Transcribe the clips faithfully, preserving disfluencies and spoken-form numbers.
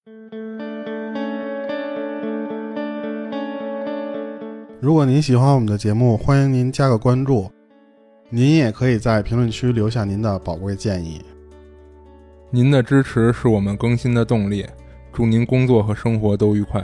如果您喜欢我们的节目，欢迎您加个关注，您也可以在评论区留下您的宝贵建议。 您的支持是我们更新的动力，祝您工作和生活都愉快。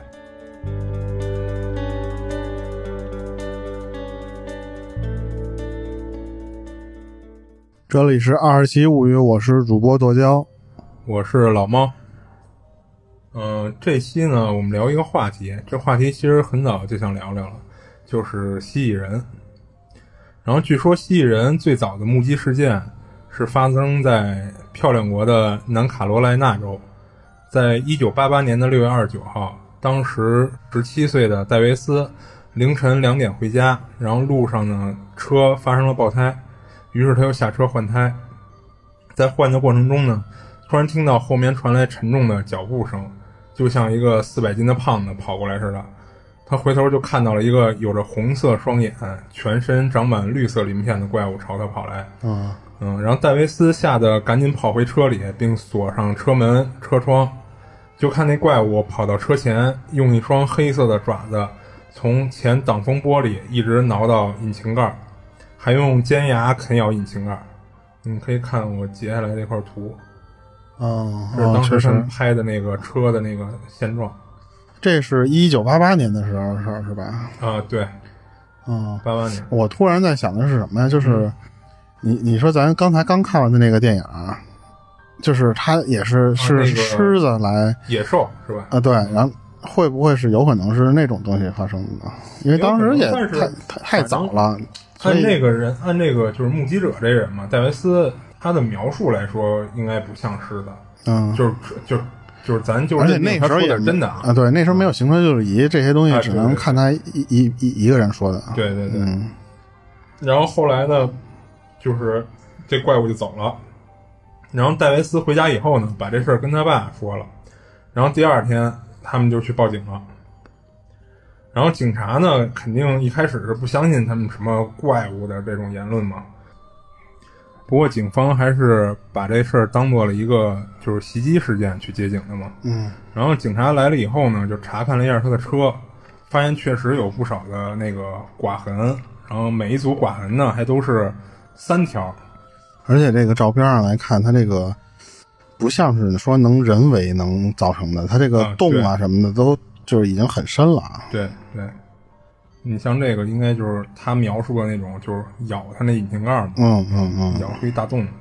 这里是二十七物语，我是主播剁椒， 我是老猫。嗯、呃，这期呢我们聊一个话题，这话题其实很早就想聊聊了，就是蜥蜴人。然后据说蜥蜴人最早的目击事件是发生在漂亮国的南卡罗来纳州，在一九八八年的六月二十九号，当时十七岁的戴维斯凌晨两点回家，然后路上呢车发生了爆胎，于是他又下车换胎。在换的过程中呢，突然听到后面传来沉重的脚步声，就像一个四百斤的胖子跑过来似的。他回头就看到了一个有着红色双眼、全身长满绿色鳞片的怪物朝他跑来。 嗯嗯，然后戴维斯吓得赶紧跑回车里，并锁上车门、车窗。就看那怪物跑到车前，用一双黑色的爪子从前挡风玻璃一直挠到引擎盖，还用尖牙啃咬引擎盖。你可以看我截下来这块图， 嗯， 这是当时他们拍的那个车的那个现状。 这是一九八八年的时候是是吧？ 啊，对， 嗯， 八八年。 我突然在想的是什么呀？就是、嗯、你你说咱刚才刚看完的那个电影，就是它也是、啊、是狮子来野兽是吧？ 啊，对，然后会不会是有可能是那种东西发生的呢？因为当时也太太太早了。 按那个人，按这个就是目击者这人嘛，戴维斯他的描述来说，应该不像狮子。嗯，就是就。就是咱就是， 而且那时候也真的啊，对，那时候没有行车记录仪，这些东西只能看他一、啊、一一一个人说的。 对对对。 嗯。 然后后来呢，就是这怪物就走了。然后戴维斯回家以后呢，把这事儿跟他爸说了。然后第二天他们就去报警了。然后警察呢，肯定一开始是不相信他们什么怪物的这种言论嘛。不过警方还是把这事儿当做了一个就是袭击事件去接警的嘛。 嗯。 然后警察来了以后呢，就查看了一下他的车，发现确实有不少的那个刮痕，然后每一组刮痕呢还都是三条。 而且这个照片上来看，它这个不像是说能人为能造成的，它这个洞啊什么的都就是已经很深了。 对对。你像这个应该就是他描述的那种，就是咬他那引擎盖嘛， 嗯嗯嗯， 咬出一大洞。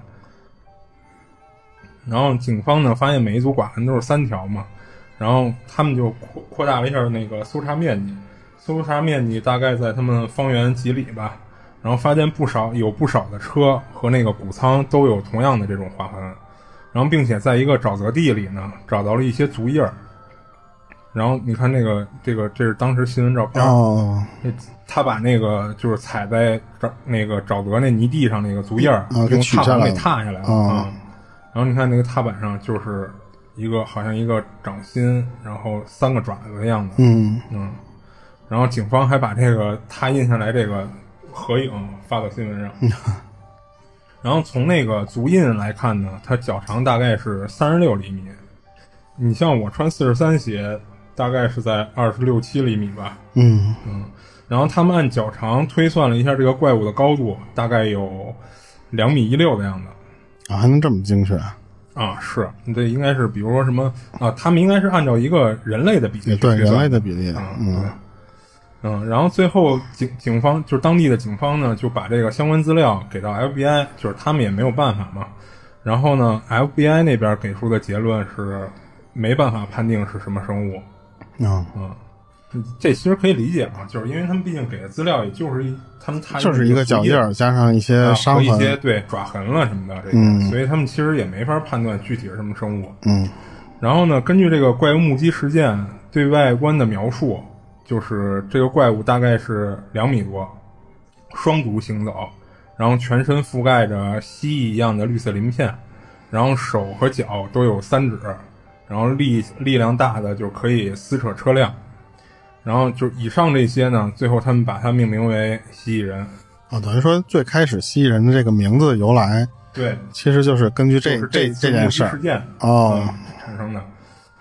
然后警方呢发现每一组刮痕都是三条嘛，然后他们就扩扩大了一下那个搜查面积，搜查面积大概在他们方圆几里吧，然后发现不少有不少的车和那个谷仓都有同样的这种划痕，然后并且在一个沼泽地里呢找到了一些足印儿。然后你看那个这个这是当时新闻照片哦， 他把那个就是踩在沼那个沼泽那泥地上那个足印儿、 哦、 用踏板给踏下来了、 哦嗯、然后你看那个踏板上就是一个好像一个掌心，然后三个爪子的样子。 嗯嗯，然后警方还把这个他印下来这个合影发到新闻上。 嗯、 然后从那个足印来看呢，它脚长大概是三十六厘米，你像我穿四十三鞋大概是在二十六七厘米吧。 嗯嗯，然后他们按脚长推算了一下这个怪物的高度，大概有两米一六的样子。 啊，还能这么精确？ 啊，是，这应该是比如说什么啊，他们应该是按照一个人类的比例去对人类的比例。 嗯嗯嗯，然后最后警警方就是当地的警方呢，就把这个相关资料给到 F B I， 就是他们也没有办法嘛。然后呢 ，F B I 那边给出的结论是没办法判定是什么生物。 嗯嗯，这其实可以理解嘛，就是因为他们毕竟给的资料也就是一他们他就是一个脚印加上一些伤痕、 啊、和一些对爪痕了什么的这个、 嗯， 所以他们其实也没法判断具体是什么生物。 嗯， 然后呢，根据这个怪物目击事件对外观的描述，就是这个怪物大概是两米多，双足行走，然后全身覆盖着蜥蜴一样的绿色鳞片，然后手和脚都有三指。然后力力量大的就可以撕扯车辆，然后就以上这些呢，最后他们把它命名为蜥蜴人。 哦，等于说最开始蜥蜴人的这个名字的由来， 对， 其实就是根据这、 就是、 这这件事事件哦、 嗯、产生的。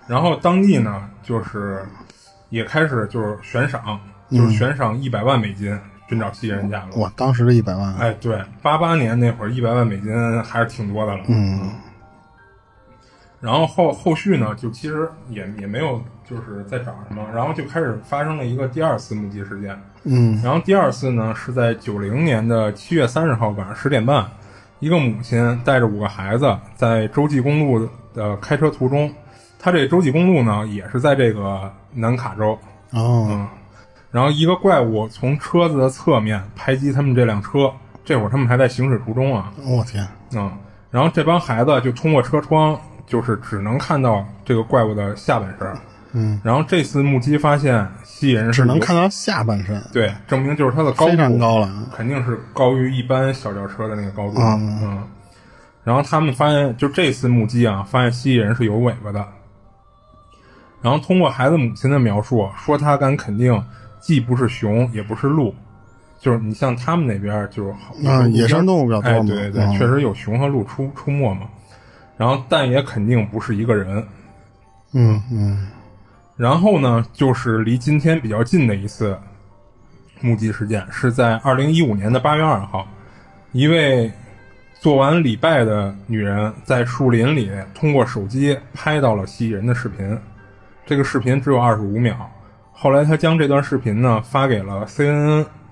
然后当地呢，就是也开始就是悬赏，就是悬赏一百万美金寻找蜥蜴人下落。 哇，当时的一百万！ 哎，对，八八年那会儿一百万美金还是挺多的了。 嗯。 然后后后续呢，就其实也也没有就是在找什么，然后就开始发生了一个第二次目击事件。 嗯。 然后第二次呢是在九零年的七月三十号晚上十点半，一个母亲带着五个孩子在洲际公路的开车途中，他这洲际公路呢也是在这个南卡州。 哦。 嗯。然后一个怪物从车子的侧面拍击他们这辆车，这会儿他们还在行驶途中啊。 我、哦、天。 嗯。然后这帮孩子就通过车窗，就是只能看到这个怪物的下半身。 嗯。 然后这次目击发现蜥蜴人是只能看到下半身。 对，证明就是它的高度非常高了， 肯定是高于一般小轿车的那个高度。 嗯。 嗯。然后他们发现，就这次目击啊，发现蜥蜴人是有尾巴的。然后通过孩子母亲的描述，说他敢肯定，既不是熊，也不是鹿。就是你像他们那边就是啊、嗯，野生动物比较多嘛， 哎、对对对、 嗯， 确实有熊和鹿出出没嘛。然后，但也肯定不是一个人。 嗯嗯。 然后呢，就是离今天比较近的一次目击事件，是在二零一五年的八月二号，一位做完礼拜的女人在树林里通过手机拍到了蜥蜴人的视频。这个视频只有二十五秒。后来她将这段视频呢发给了 C N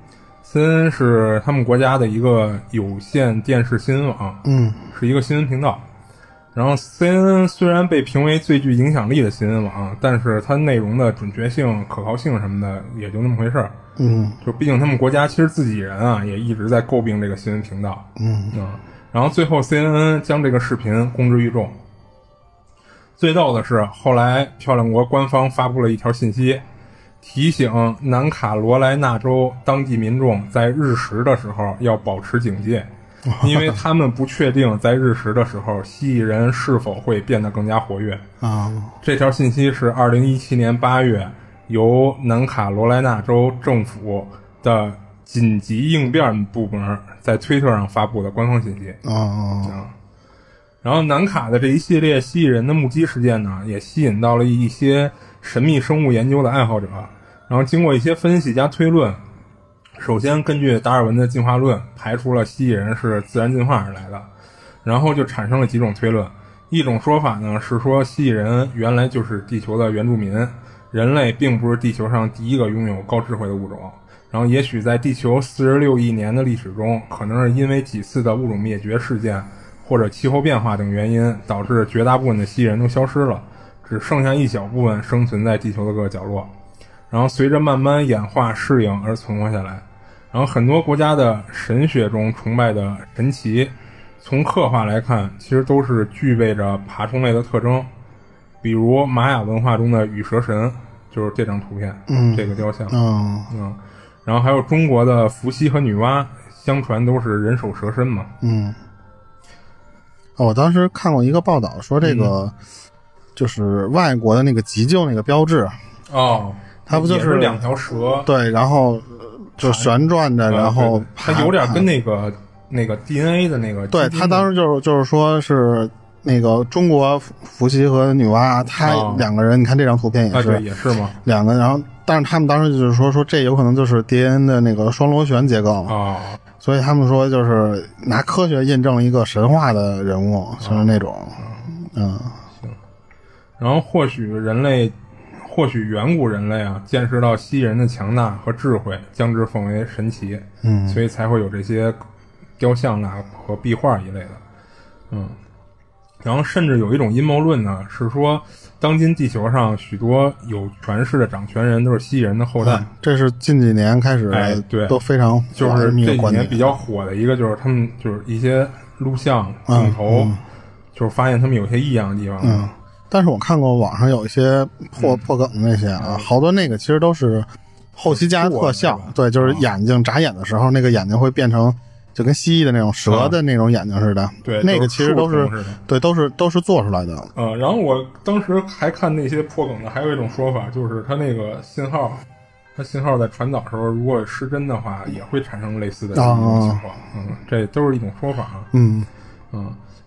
N。C N N 是他们国家的一个有线电视新闻网， 嗯， 是一个新闻频道。然后 C N N 虽然被评为最具影响力的新闻网，但是它内容的准确性、可靠性什么的也就那么回事儿。 嗯， 就毕竟他们国家其实自己人啊也一直在诟病这个新闻频道。 嗯嗯，然后最后 C N N 将这个视频公之于众。最逗的是，后来漂亮国官方发布了一条信息，提醒南卡罗来纳州当地民众在日食的时候要保持警戒，因为他们不确定在日食的时候蜥蜴人是否会变得更加活跃啊。 这条信息是二零一七年八月由南卡罗来纳州政府的紧急应变部门在推特上发布的官方信息啊。 啊然后南卡的这一系列蜥蜴人的目击事件呢，也吸引到了一些神秘生物研究的爱好者。然后经过一些分析加推论，首先根据达尔文的进化论排除了蜥蜴人是自然进化而来的，然后就产生了几种推论。一种说法呢是说蜥蜴人原来就是地球的原住民，人类并不是地球上第一个拥有高智慧的物种，然后也许在地球四十六亿年的历史中，可能是因为几次的物种灭绝事件或者气候变化等原因，导致绝大部分的蜥蜴人都消失了，只剩下一小部分生存在地球的各个角落，然后随着慢慢演化适应而存活下来。然后很多国家的神学中崇拜的神祇，从刻画来看其实都是具备着爬虫类的特征，比如玛雅文化中的羽蛇神，就是这张图片、 嗯、 这个雕像。 嗯嗯，然后还有中国的伏羲和女娲，相传都是人首蛇身嘛。 嗯，我当时看过一个报道说这个、嗯、就是外国的那个急救那个标志哦， 它不就是是两条蛇？ 对，然后就旋转着，然后它有点跟那个那个 D N A 的那个， 对，他当时就是就是说是那个中国伏羲和女娲，他两个人，哦、你看这张图片也是， 啊、对，也是吗？ 两个，然后但是他们当时就是说说这有可能就是 D N A 的那个双螺旋结构啊、 哦， 所以他们说就是拿科学印证了一个神话的人物，就是那种，嗯， 行。然后或许人类。或许远古人类啊，见识到蜥蜴人的强大和智慧，将之奉为神奇， 嗯， 所以才会有这些雕像啊和壁画一类的，嗯。然后甚至有一种阴谋论呢，是说当今地球上许多有权势的掌权人都是蜥蜴人的后代， 嗯、这是近几年开始， 哎，对， 都非常就是这几年比较火的一个，就是他们就是一些录像镜头， 嗯嗯、 就是发现他们有些异样的地方， 嗯。但是我看过网上有一些破、嗯、破梗的那些啊，好多那个其实都是后期加的特效，对，就是眼睛眨眼的时候，那个眼睛会变成就跟蜥蜴的那种蛇的那种眼睛似的， 嗯、对， 那个其实都是对，都是都是做出来的。 呃，然后我当时还看那些破梗的，还有一种说法，就是它那个信号，它信号在传导的时候，如果失真的话，也会产生类似的这种情况。嗯，这都是一种说法啊。 嗯嗯。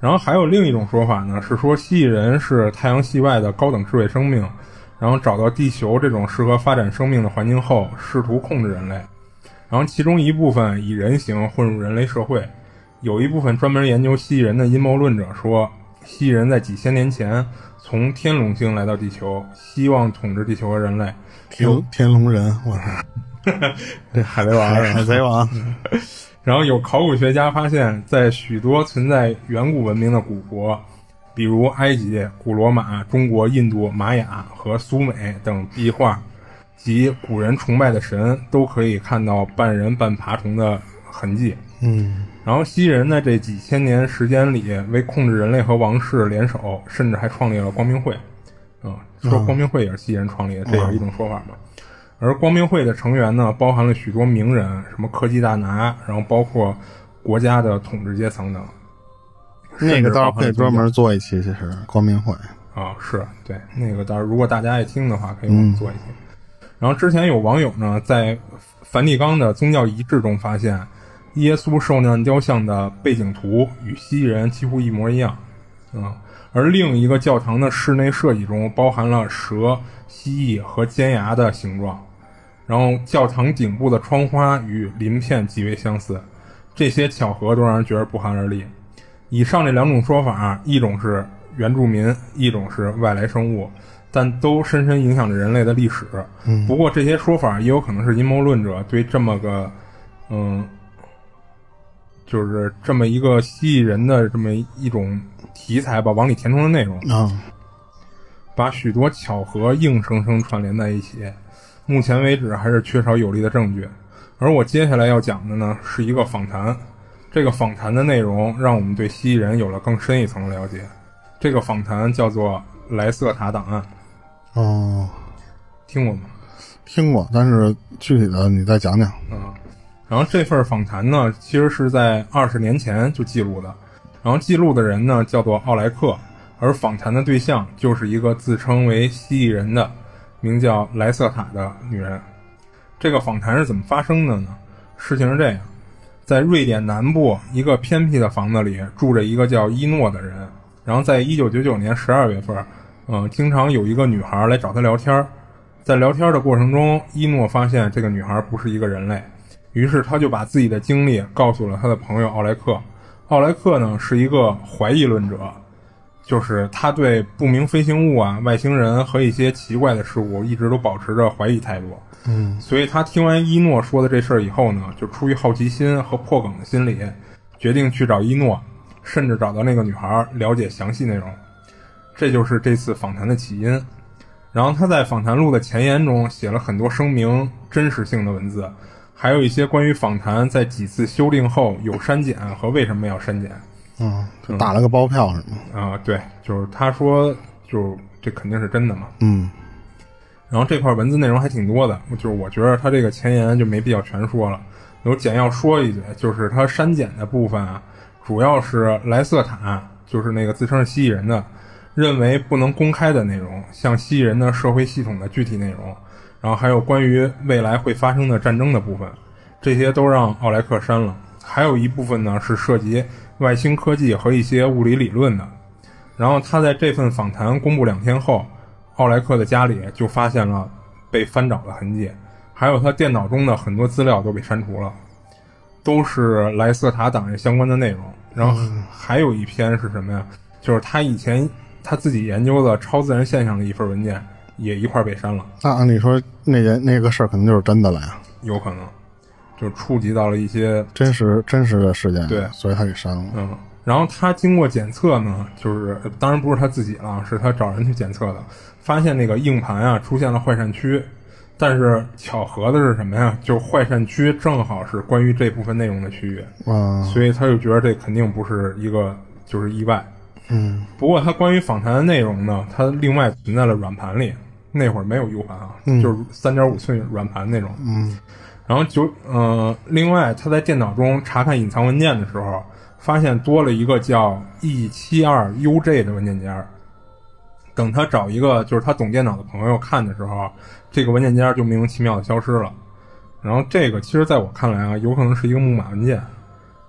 然后还有另一种说法呢，是说蜥蜴人是太阳系外的高等智慧生命，然后找到地球这种适合发展生命的环境后，试图控制人类。然后其中一部分以人形混入人类社会，有一部分专门研究蜥蜴人的阴谋论者说，蜥蜴人在几千年前从天龙星来到地球，希望统治地球和人类。 天天龙人，我操， 这海贼王， 海贼王。 然后有考古学家发现，在许多存在远古文明的古国，比如埃及、古罗马、中国、印度、玛雅和苏美等壁画及古人崇拜的神，都可以看到半人半爬虫的痕迹。 嗯， 然后蜥蜴人在这几千年时间里，为控制人类和王室联手，甚至还创立了光明会。嗯，说光明会也是蜥蜴人创立的，嗯、这也是一种说法嘛。而光明会的成员呢，包含了许多名人，什么科技大拿，然后包括国家的统治阶层等。 那个倒是可以专门做一期，其实光明会啊、哦，是对那个倒是如果大家爱听的话，可以我们做一期。嗯、然后之前有网友呢，在梵蒂冈的宗教遗址中发现，耶稣受难雕像的背景图与蜥蜴人几乎一模一样。嗯，而另一个教堂的室内设计中包含了蛇、蜥蜴和尖牙的形状。然后教堂顶部的窗花与鳞片极为相似，这些巧合都让人觉得不寒而栗。以上这两种说法，一种是原住民，一种是外来生物，但都深深影响着人类的历史。 嗯、 不过这些说法也有可能是阴谋论者对这么个嗯就是这么一个蜥蜴人的这么一种题材吧往里填充的内容啊、 嗯，把许多巧合硬生生串联在一起。目前为止还是缺少有力的证据，而我接下来要讲的呢是一个访谈。这个访谈的内容让我们对蜥蜴人有了更深一层的了解。这个访谈叫做莱瑟塔档案。 哦， 听过吗？ 听过，但是具体的你再讲讲。 嗯，然后这份访谈呢，其实是在二十年前就记录的。然后记录的人呢叫做奥莱克，而访谈的对象就是一个自称为蜥蜴人的名叫莱瑟塔的女人。这个访谈是怎么发生的呢？事情是这样，在瑞典南部一个偏僻的房子里住着一个叫伊诺的人。然后在一九九九年十二月份，嗯，经常有一个女孩来找他聊天。在聊天的过程中，伊诺发现这个女孩不是一个人类，于是他就把自己的经历告诉了他的朋友奥莱克。奥莱克呢是一个怀疑论者，就是他对不明飞行物啊、外星人和一些奇怪的事物一直都保持着怀疑态度。 嗯， 所以他听完伊诺说的这事儿以后呢，就出于好奇心和破梗的心理，决定去找伊诺，甚至找到那个女孩了解详细内容。这就是这次访谈的起因。然后他在访谈录的前言中写了很多声明真实性的文字，还有一些关于访谈在几次修订后有删减和为什么要删减。 嗯，就打了个包票是吗？ 啊、呃，对，就是他说，就这肯定是真的嘛。 嗯。 然后这块文字内容还挺多的，就是我觉得他这个前言就没必要全说了，有简要说一嘴，就是他删减的部分啊，主要是莱瑟塔，就是那个自称是蜥蜴人的，认为不能公开的内容，像蜥蜴人的社会系统的具体内容，然后还有关于未来会发生的战争的部分，这些都让奥莱克删了。还有一部分呢是涉及外星科技和一些物理理论的。然后他在这份访谈公布两天后，奥莱克的家里就发现了被翻找的痕迹，还有他电脑中的很多资料都被删除了，都是莱瑟塔档案相关的内容。然后还有一篇是什么呀？就是他以前他自己研究的超自然现象的一份文件也一块被删了。 那按理说那件那个事儿可能就是真的了呀？ 有可能，就触及到了一些真实真实的事件， 对， 所以他给删了。 嗯，然后他经过检测呢，就是当然不是他自己了，是他找人去检测的，发现那个硬盘啊出现了坏扇区。但是巧合的是什么呀？就坏扇区正好是关于这部分内容的区域， 啊， 所以他就觉得这肯定不是一个就是意外。 嗯， 不过他关于访谈的内容呢，它另外存在了软盘里，那会儿没有 U 盘啊， 嗯、 就是 三点五 寸软盘那种。 嗯， 然后就呃，另外他在电脑中查看隐藏文件的时候，发现多了一个叫 E 七二 U J 的文件夹。等他找一个就是他懂电脑的朋友看的时候，这个文件夹就莫名其妙的消失了。然后这个其实在我看来啊，有可能是一个木马文件，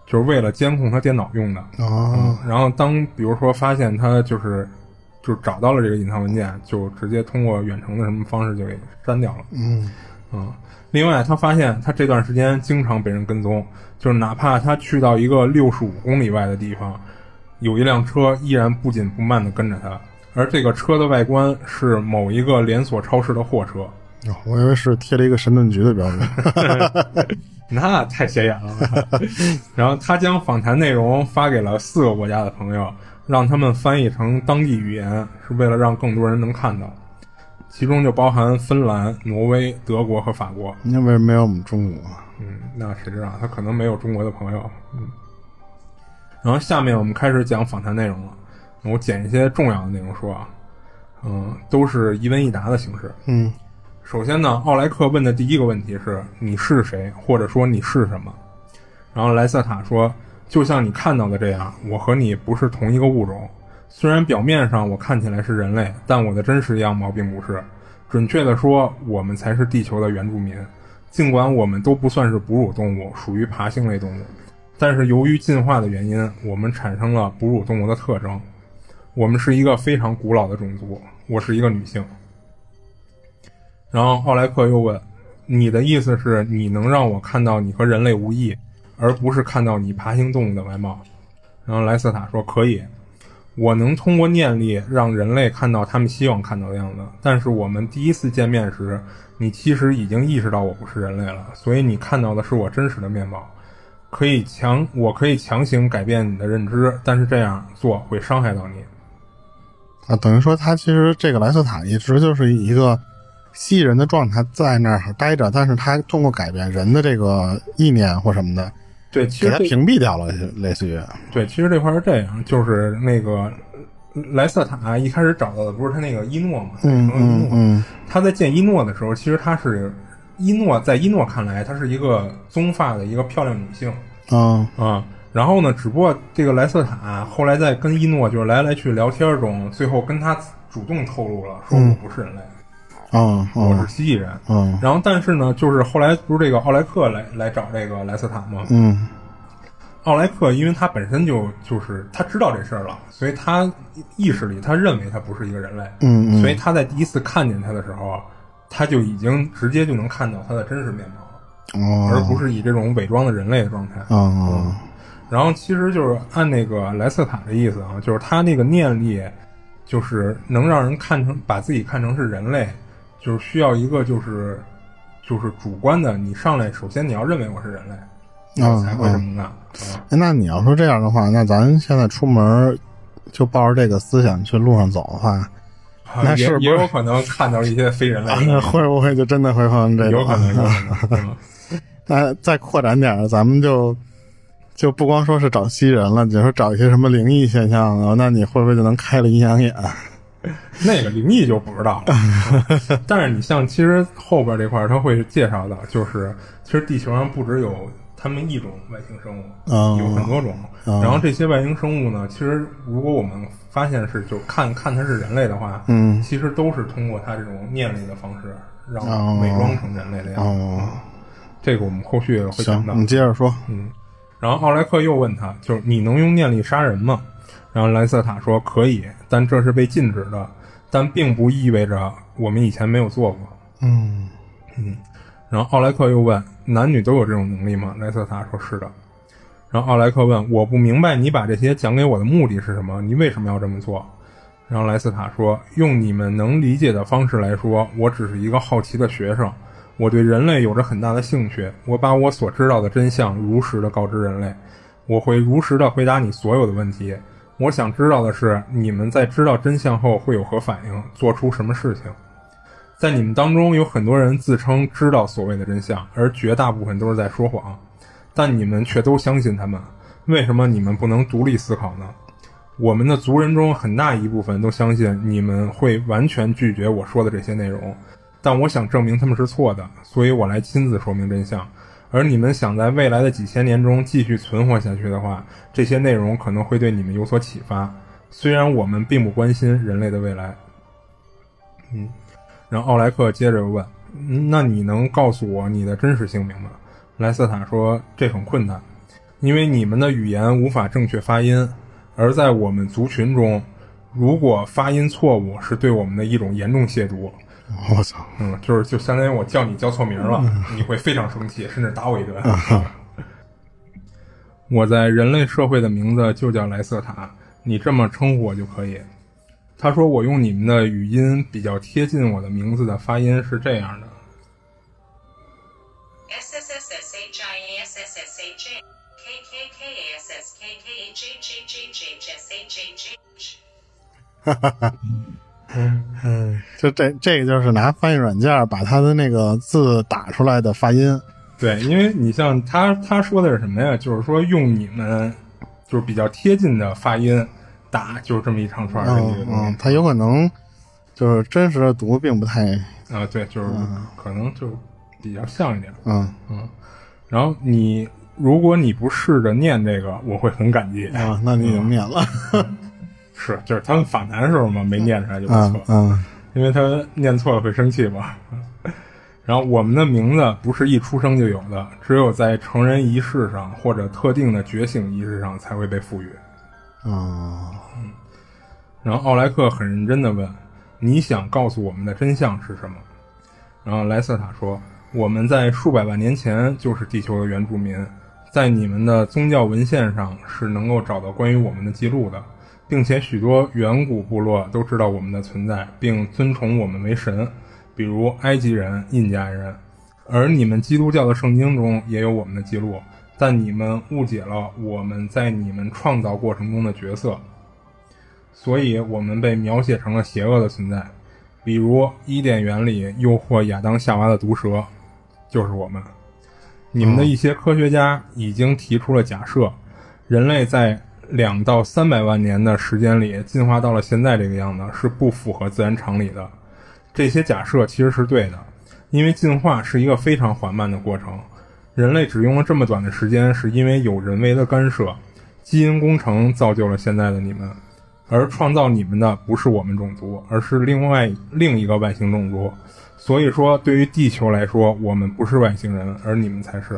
就是为了监控他电脑用的。 哦、 嗯，然后当比如说发现他就是就是找到了这个隐藏文件，就直接通过远程的什么方式就给删掉了。 嗯嗯，另外他发现他这段时间经常被人跟踪，就是哪怕他去到一个六十五公里外的地方，有一辆车依然不紧不慢地跟着他，而这个车的外观是某一个连锁超市的货车。 哦、我以为是贴了一个神盾局的标志。 那太显眼了。然后他将访谈内容发给了四个国家的朋友，让他们翻译成当地语言，是为了让更多人能看到，其中就包含芬兰、挪威、德国和法国。 那为什么没有我们中国？ 嗯，那谁知道，他可能没有中国的朋友。嗯，然后下面我们开始讲访谈内容了，我捡一些重要的内容说啊，嗯，都是一问一答的形式。 嗯， 首先呢，奥莱克问的第一个问题是你是谁，或者说你是什么。然后莱瑟塔说，就像你看到的这样，我和你不是同一个物种，虽然表面上我看起来是人类，但我的真实样貌并不是。准确的说，我们才是地球的原住民，尽管我们都不算是哺乳动物，属于爬行类动物，但是由于进化的原因，我们产生了哺乳动物的特征。我们是一个非常古老的种族，我是一个女性。然后奥莱克又问，你的意思是你能让我看到你和人类无异，而不是看到你爬行动物的外貌？然后莱瑟塔说，可以，我能通过念力让人类看到他们希望看到的样子，但是我们第一次见面时，你其实已经意识到我不是人类了，所以你看到的是我真实的面貌。可以强，我可以强行改变你的认知，但是这样做会伤害到你。 啊，等于说他其实这个莱瑟塔一直就是一个蜥蜴人的状态在那儿待着，但是他通过改变人的这个意念或什么的， 对，其实给他屏蔽掉了，类似于。 对，其实这块是这样，就是那个莱瑟塔一开始找到的不是他那个伊诺嘛？ 嗯嗯嗯。 他在见伊诺的时候，其实他是伊诺，在伊诺看来，她是一个棕发的一个漂亮女性。 嗯啊。然后呢，只不过这个莱瑟塔后来在跟伊诺就是来来去聊天中，最后跟他主动透露了，说我不是人类。 嗯， 我是蜥蜴人。 嗯， 然后但是呢，就是后来不是这个奥莱克来来找这个莱瑟塔吗？ 嗯， 奥莱克因为他本身就就是他知道这事儿了，所以他意识里他认为他不是一个人类。 嗯嗯， 所以他在第一次看见他的时候，他就已经直接就能看到他的真实面貌了， 哦， 而不是以这种伪装的人类的状态。 哦、 嗯，然后其实就是按那个莱瑟塔的意思啊，就是他那个念力，就是能让人看成把自己看成是人类。就是需要一个就是就是主观的，你上来首先你要认为我是人类，我才会这么干。 嗯嗯、那你要说这样的话，那咱现在出门就抱着这个思想去路上走的话， 啊、 那是不是也有可能看到一些非人类的、 啊？会不会就真的会发生这种？ 有可能，有可能。嗯、 那再扩展点，咱们就就不光说是找蜥蜴人了，就说找一些什么灵异现象啊，那你会不会就能开了阴阳眼？ 那个灵异就不知道了，但是你像其实后边这块他会介绍到，就是其实地球上不只有他们一种外星生物， 嗯、 有很多种、 嗯。 然后这些外星生物呢，其实如果我们发现是就看看它是人类的话， 嗯， 其实都是通过它这种念力的方式让伪装成人类的样子。 哦哦、 这个我们后续会讲到。 你接着说。 嗯，然后奥莱克又问他，就是你能用念力杀人吗？然后莱瑟塔说可以，但这是被禁止的，但并不意味着我们以前没有做过。 嗯嗯，然后奥莱克又问，男女都有这种能力吗？莱瑟塔说是的。然后奥莱克问，我不明白你把这些讲给我的目的是什么，你为什么要这么做？然后莱瑟塔说，用你们能理解的方式来说，我只是一个好奇的学生，我对人类有着很大的兴趣，我把我所知道的真相如实的告知人类，我会如实的回答你所有的问题。我想知道的是，你们在知道真相后会有何反应，做出什么事情。在你们当中有很多人自称知道所谓的真相，而绝大部分都是在说谎，但你们却都相信他们。为什么你们不能独立思考呢？我们的族人中很大一部分都相信你们会完全拒绝我说的这些内容，但我想证明他们是错的，所以我来亲自说明真相。而你们想在未来的几千年中继续存活下去的话，这些内容可能会对你们有所启发，虽然我们并不关心人类的未来。嗯，然后奥莱克接着问，那你能告诉我你的真实姓名吗？莱瑟塔说，这很困难， 因为你们的语言无法正确发音，而在我们族群中，如果发音错误是对我们的一种严重亵渎。 我操， 嗯，就是就相当于我叫你叫错名了，嗯、你会非常生气，甚至打我一顿。嗯、我在人类社会的名字就叫莱瑟塔，你这么称呼我就可以。他说我用你们的语音比较贴近我的名字的发音是这样的。S S S S H I A S S S H A K K K A S S K K H H H H S H H H。 哈哈哈。嗯，就这这个就是拿翻译软件把他的那个字打出来的发音。 对，因为你像他他说的是什么呀？就是说用你们就是比较贴近的发音打，就是这么一长串。 嗯嗯，他有可能就是真实的读并不太啊，对，就是可能就比较像一点。 嗯嗯，然后你如果你不试着念这个，我会很感激啊。那你已经念了。 嗯是，就是他们访谈的时候嘛，没念出来就不错， 嗯，嗯因为他念错了会生气嘛。然后我们的名字不是一出生就有的，只有在成人仪式上或者特定的觉醒仪式上才会被赋予。 哦， 嗯。然后奥莱克很认真地问：“你想告诉我们的真相是什么？”然后莱瑟塔说：“我们在数百万年前就是地球的原住民，在你们的宗教文献上是能够找到关于我们的记录的。”并且许多远古部落都知道我们的存在，并尊崇我们为神，比如埃及人、印加人。而你们基督教的圣经中也有我们的记录，但你们误解了我们在你们创造过程中的角色，所以我们被描写成了邪恶的存在。比如伊甸园里诱惑亚当夏娃的毒蛇，就是我们。你们的一些科学家已经提出了假设，人类在两到三百万年的时间里进化到了现在这个样子是不符合自然常理的。这些假设其实是对的，因为进化是一个非常缓慢的过程，人类只用了这么短的时间是因为有人为的干涉，基因工程造就了现在的你们，而创造你们的不是我们种族，而是另外另一个外星种族。所以说对于地球来说，我们不是外星人，而你们才是。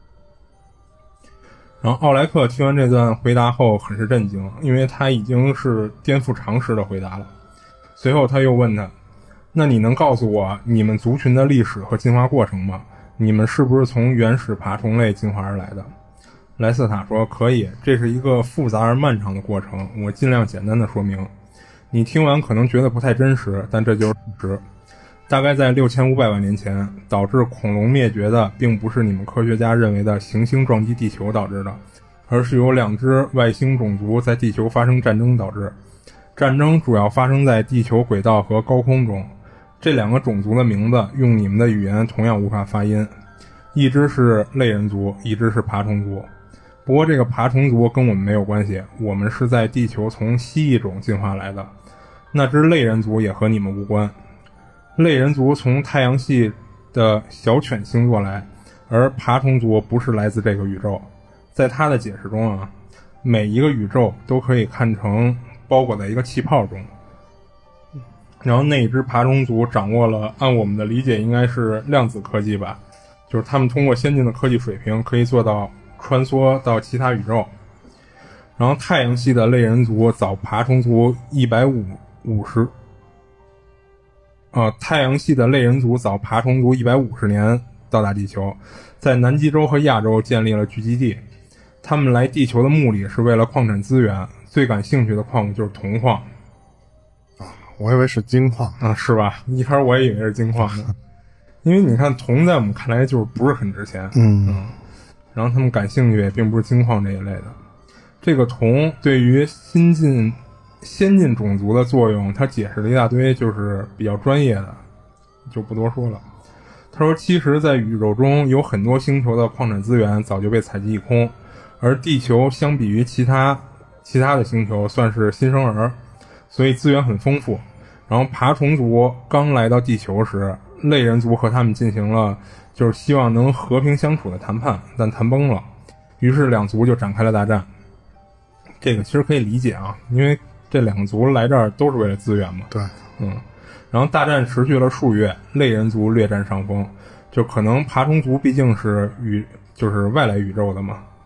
然后奥莱克听完这段回答后很是震惊，因为他已经是颠覆常识的回答了。随后他又问他：那你能告诉我你们族群的历史和进化过程吗？你们是不是从原始爬虫类进化而来的？莱瑟塔说：可以，这是一个复杂而漫长的过程，我尽量简单的说明。你听完可能觉得不太真实，但这就是事实。大概在六千五百万年前，导致恐龙灭绝的并不是你们科学家认为的行星撞击地球导致的，而是由两只外星种族在地球发生战争导致。战争主要发生在地球轨道和高空中，这两个种族的名字用你们的语言同样无法发音，一只是类人族，一只是爬虫族。不过这个爬虫族跟我们没有关系，我们是在地球从蜥蜴种进化来的，那只类人族也和你们无关。类人族从太阳系的小犬星座来，而爬虫族不是来自这个宇宙。在他的解释中啊，每一个宇宙都可以看成包裹在一个气泡中。然后那一只爬虫族掌握了按我们的理解应该是量子科技吧，就是他们通过先进的科技水平可以做到穿梭到其他宇宙。然后太阳系的类人族早爬虫族一百五十呃，太阳系的类人族早爬虫族一百五十年到达地球，在南极洲和亚洲建立了聚集地。他们来地球的目的是为了矿产资源，最感兴趣的矿物就是铜矿。 啊，我以为是金矿啊，是吧？一开始我也以为是金矿呢，因为你看铜在我们看来就是不是很值钱， 嗯嗯，然后他们感兴趣也并不是金矿这一类的。这个铜对于新进先进种族的作用，他解释了一大堆，就是比较专业的，就不多说了。他说，其实在宇宙中有很多星球的矿产资源早就被采集一空，而地球相比于其他其他的星球算是新生儿，所以资源很丰富。然后爬虫族刚来到地球时，类人族和他们进行了就是希望能和平相处的谈判，但谈崩了，于是两族就展开了大战。这个其实可以理解啊，因为这两个族来这儿都是为了资源嘛。 对， 嗯。然后大战持续了数月，类人族略占上风，就可能爬虫族毕竟是宇就是外来宇宙的嘛，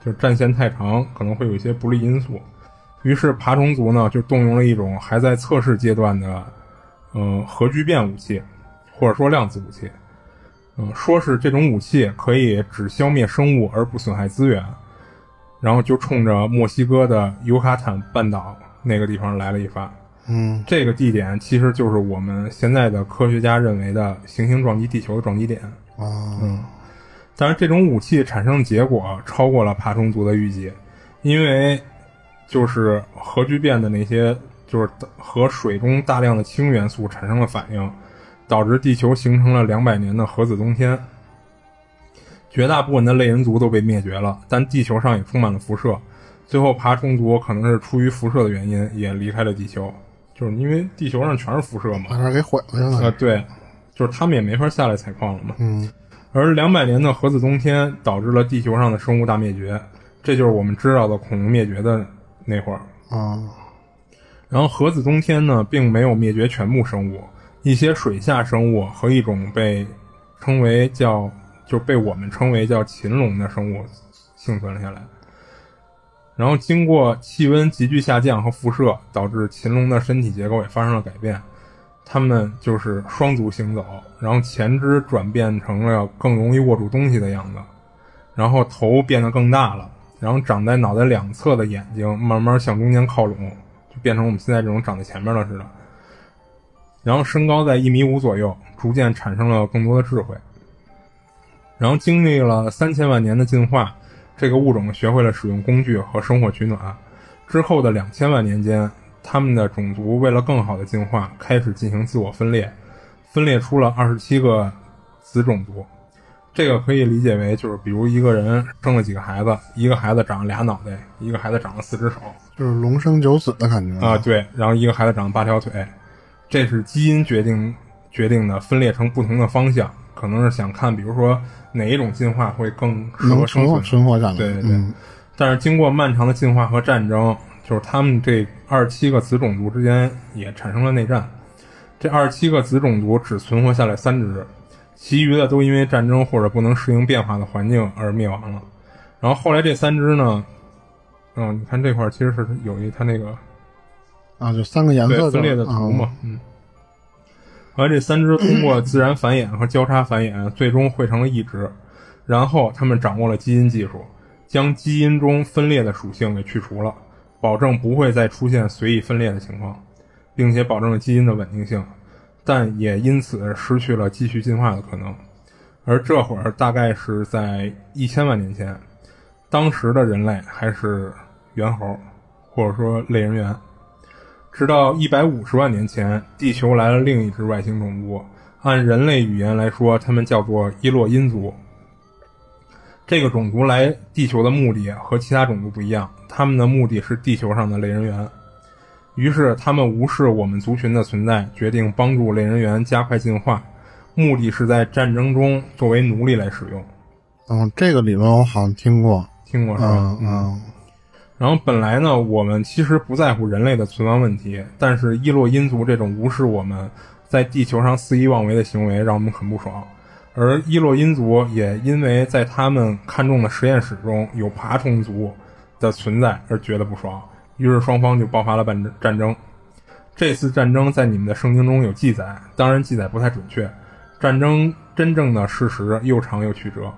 就是战线太长，可能会有一些不利因素。于是爬虫族呢就动用了一种还在测试阶段的嗯、呃、核聚变武器，或者说量子武器。嗯，说是这种武器可以只消灭生物而不损害资源，然后就冲着墨西哥的尤卡坦半岛那个地方来了一发。 嗯， 这个地点其实就是我们现在的科学家认为的行星撞击地球的撞击点。 哦， 嗯，但是这种武器产生的结果超过了爬虫族的预计，因为就是核聚变的那些就是和水中大量的氢元素产生了反应，导致地球形成了两百年的核子冬天。绝大部分的类人族都被灭绝了，但地球上也充满了辐射。最后爬虫族可能是出于辐射的原因也离开了地球，就是因为地球上全是辐射嘛， 把这给毁了去了。 呃，对，就是他们也没法下来采矿了嘛。 嗯， 而两百年的核子冬天导致了地球上的生物大灭绝，这就是我们知道的恐龙灭绝的那会儿。 啊， 然后核子冬天呢，并没有灭绝全部生物，一些水下生物和一种被称为叫就被我们称为叫禽龙的生物幸存了下来。然后经过气温急剧下降和辐射，导致禽龙的身体结构也发生了改变，它们就是双足行走，然后前肢转变成了更容易握住东西的样子，然后头变得更大了，然后长在脑袋两侧的眼睛慢慢向中间靠拢，就变成我们现在这种长在前面了似的。然后身高在一米五左右，逐渐产生了更多的智慧。然后经历了三千万年的进化，这个物种学会了使用工具和生火取暖。之后的两千万年间，他们的种族为了更好的进化，开始进行自我分裂，分裂出了二十七个子种族。这个可以理解为就是比如一个人生了几个孩子，一个孩子长了俩脑袋，一个孩子长了四只手， 就是龙生九子的感觉啊，对，然后一个孩子长了八条腿，这是基因决定决定的，分裂成不同的方向，可能是想看比如说哪一种进化会更适合生存存活下来。 对对对、 嗯、 但是经过漫长的进化和战争，就是他们这二十七个子种族之间也产生了内战，这二十七个子种族只存活下来三只，其余的都因为战争或者不能适应变化的环境而灭亡了。然后后来这三只呢，嗯，你看这块其实是有一它那个啊，就三个颜色分裂的图嘛，嗯。而这三只通过自然繁衍和交叉繁衍，最终汇成了一只。然后他们掌握了基因技术，将基因中分裂的属性给去除了，保证不会再出现随意分裂的情况，并且保证了基因的稳定性，但也因此失去了继续进化的可能。而这会儿大概是在一千万年前，当时的人类还是猿猴，或者说类人猿。直到一百五十万年前，地球来了另一支外星种族，按人类语言来说，他们叫做伊洛因族。这个种族来地球的目的和其他种族不一样，他们的目的是地球上的类人猿。于是他们无视我们族群的存在，决定帮助类人猿加快进化，目的是在战争中作为奴隶来使用。 嗯，这个理论我好像听过， 听过是吧？ 嗯嗯。 然后本来呢，我们其实不在乎人类的存亡问题，但是伊洛因族这种无视我们在地球上肆意妄为的行为让我们很不爽。而伊洛因族也因为在他们看中的实验室中有爬虫族的存在而觉得不爽，于是双方就爆发了战争。这次战争在你们的圣经中有记载，当然记载不太准确，战争真正的事实又长又曲折。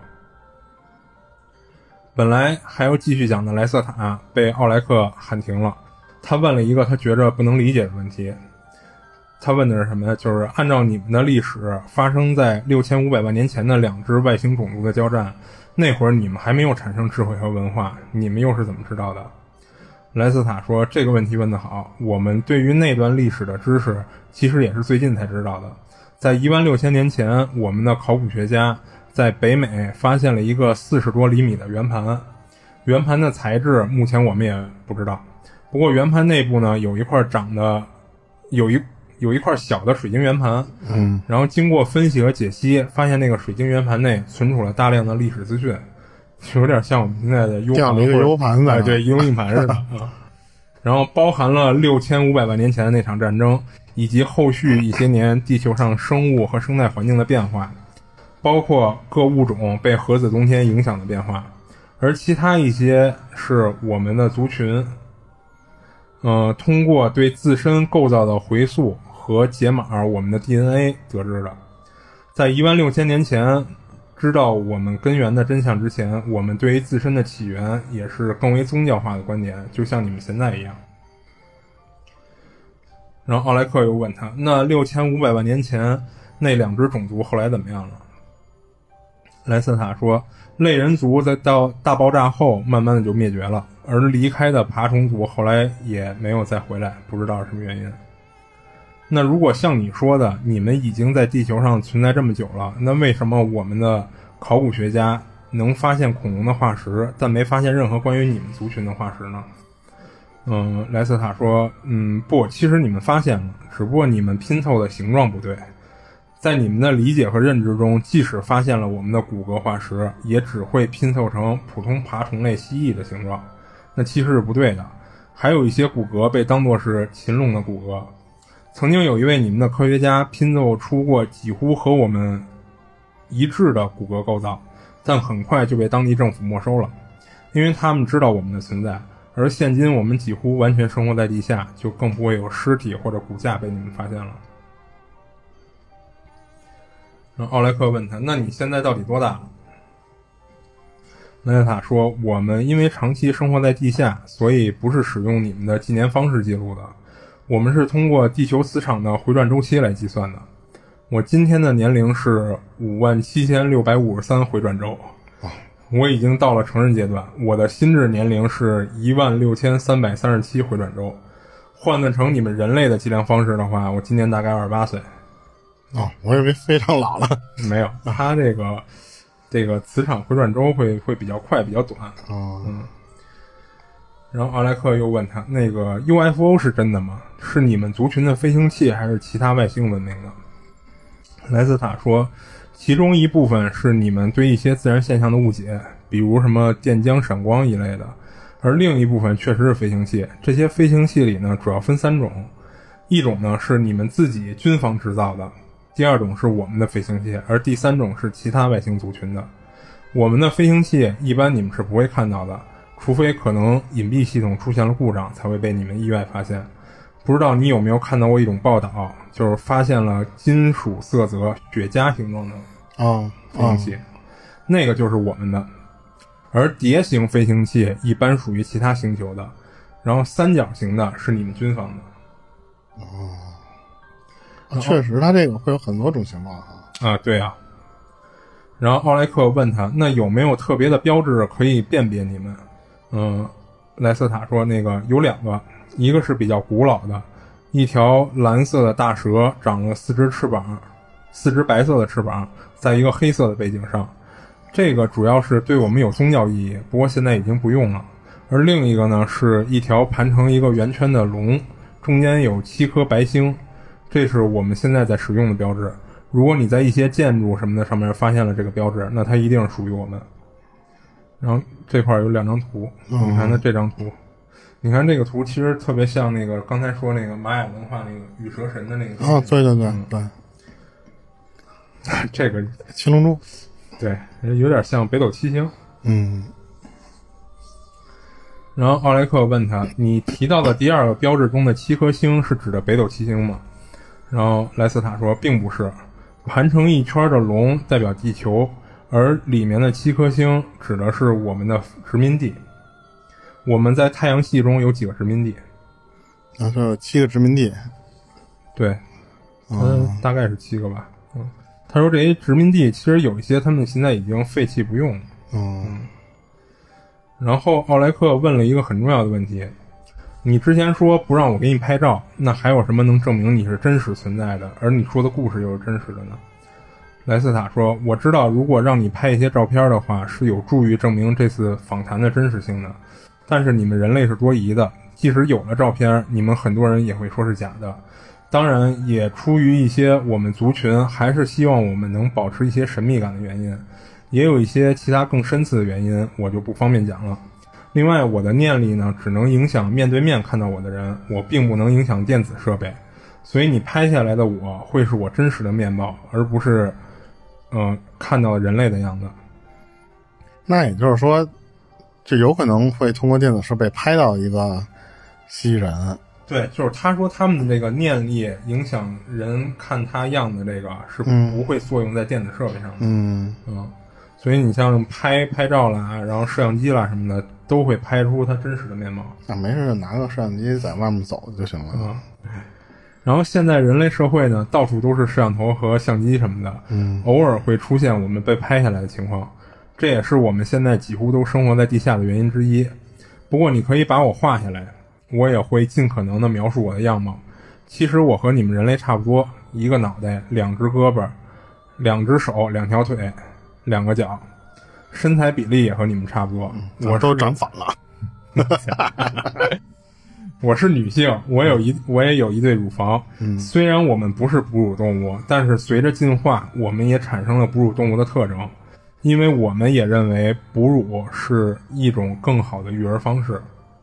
本来还要继续讲的莱瑟塔被奥莱克喊停了，他问了一个他觉着不能理解的问题。他问的是什么呢？就是按照你们的历史，发生在六千五百万年前的两只外星种族的交战，那会儿你们还没有产生智慧和文化，你们又是怎么知道的？莱斯塔说，这个问题问得好，我们对于那段历史的知识其实也是最近才知道的。在一万六千年前，我们的考古学家在北美发现了一个四十多厘米的圆盘，圆盘的材质目前我们也不知道，不过圆盘内部呢有一块长得有一有一块小的水晶圆盘， 嗯， 然后经过分析和解析，发现那个水晶圆盘内存储了大量的历史资讯，就有点像我们现在的 U 盘， 一个 U 盘的， 哎，对，移动硬盘似的啊。然后包含了六千五百万年前的那场战争，以及后续一些年地球上生物和生态环境的变化，包括各物种被核子冬天影响的变化。 而其他一些是我们的族群呃，通过对自身构造的回溯和解码我们的 D N A 得知的。在一万六千年前知道我们根源的真相之前，我们对于自身的起源也是更为宗教化的观点，就像你们现在一样。然后奥莱克又问他，那六千五百万年前那两只种族后来怎么样了？莱斯塔说，类人族在到大爆炸后慢慢的就灭绝了，而离开的爬虫族后来也没有再回来，不知道是什么原因。那如果像你说的，你们已经在地球上存在这么久了，那为什么我们的考古学家能发现恐龙的化石，但没发现任何关于你们族群的化石呢？嗯，莱斯塔说，嗯，不，其实你们发现了，只不过你们拼凑的形状不对。在你们的理解和认知中，即使发现了我们的骨骼化石，也只会拼凑成普通爬虫类蜥蜴的形状，那其实是不对的。还有一些骨骼被当作是禽龙的骨骼。曾经有一位你们的科学家拼凑出过几乎和我们一致的骨骼构造，但很快就被当地政府没收了，因为他们知道我们的存在。而现今我们几乎完全生活在地下，就更不会有尸体或者骨架被你们发现了。然后奥莱克问他，那你现在到底多大了？莱斯塔说，我们因为长期生活在地下，所以不是使用你们的纪年方式记录的，我们是通过地球磁场的回转周期来计算的。我今天的年龄是五万七千六百五十三回转周，我已经到了成人阶段，我的心智年龄是一万六千三百三十七回转周，换算成你们人类的计量方式的话，我今年大概二十八岁。 哦，我以为非常老了。 没有，他这个这个磁场回转周会会比较快，比较短。 哦， 嗯。然后奥莱克又问他，那个 U F O 是真的吗？是你们族群的飞行器，还是其他外星文明的？莱斯塔说，其中一部分是你们对一些自然现象的误解，比如什么电浆闪光一类的，而另一部分确实是飞行器。这些飞行器里呢，主要分三种，一种呢是你们自己军方制造的，第二种是我们的飞行器，而第三种是其他外星族群的。我们的飞行器一般你们是不会看到的，除非可能隐蔽系统出现了故障，才会被你们意外发现。不知道你有没有看到过一种报道，就是发现了金属色泽雪茄形状的哦飞行器，那个就是我们的。而碟形飞行器一般属于其他星球的，然后三角形的是你们军方的。 哦，确实它这个会有很多种情况哈。 啊，对啊。然后奥莱克问他，那有没有特别的标志可以辨别你们？嗯，莱斯塔说，那个有两个，一个是比较古老的，一条蓝色的大蛇长了四只翅膀，四只白色的翅膀，在一个黑色的背景上，这个主要是对我们有宗教意义，不过现在已经不用了。而另一个呢，是一条盘成一个圆圈的龙，中间有七颗白星，这是我们现在在使用的标志。如果你在一些建筑什么的上面发现了这个标志，那它一定是属于我们。然后这块有两张图， 嗯、 你看它这张图，你看这个图其实特别像那个刚才说那个玛雅文化那个羽蛇神的那个。 啊，对对对、嗯、对， 这个七龙珠， 对，有点像北斗七星。 嗯。 然后奥莱克问他，你提到的第二个标志中的七颗星是指的北斗七星吗？然后莱斯塔说，并不是，盘成一圈的龙代表地球，而里面的七颗星指的是我们的殖民地。我们在太阳系中有几个殖民地？ 啊，这有七个殖民地。 对，嗯，大概是七个吧。嗯，他说这些殖民地其实有一些他们现在已经废弃不用了。 嗯。 嗯，然后奥莱克问了一个很重要的问题，你之前说不让我给你拍照，那还有什么能证明你是真实存在的，而你说的故事又是真实的呢？莱斯塔说，我知道如果让你拍一些照片的话，是有助于证明这次访谈的真实性的，但是你们人类是多疑的，即使有了照片，你们很多人也会说是假的。当然也出于一些我们族群还是希望我们能保持一些神秘感的原因，也有一些其他更深次的原因，我就不方便讲了。另外，我的念力呢，只能影响面对面看到我的人，我并不能影响电子设备，所以你拍下来的我会是我真实的面貌，而不是呃看到人类的样子。 那也就是说， 就有可能会通过电子设备拍到一个蜥蜴人。 对，就是他说他们的这个念力影响人看他样的这个是不会作用在电子设备上的。 嗯嗯，所以你像拍拍照啦，然后摄像机啦什么的，都会拍出他真实的面貌。 啊，没事，拿个摄像机在外面走就行了。 嗯。然后现在人类社会呢，到处都是摄像头和相机什么的， 嗯， 偶尔会出现我们被拍下来的情况，这也是我们现在几乎都生活在地下的原因之一。不过你可以把我画下来，我也会尽可能的描述我的样貌。其实我和你们人类差不多，一个脑袋，两只胳膊，两只手，两条腿，两个脚，身材比例也和你们差不多。 嗯、我都长反了。 我是女性，我有一我也有一对乳房。 嗯， 虽然我们不是哺乳动物，但是随着进化，我们也产生了哺乳动物的特征，因为我们也认为哺乳是一种更好的育儿方式。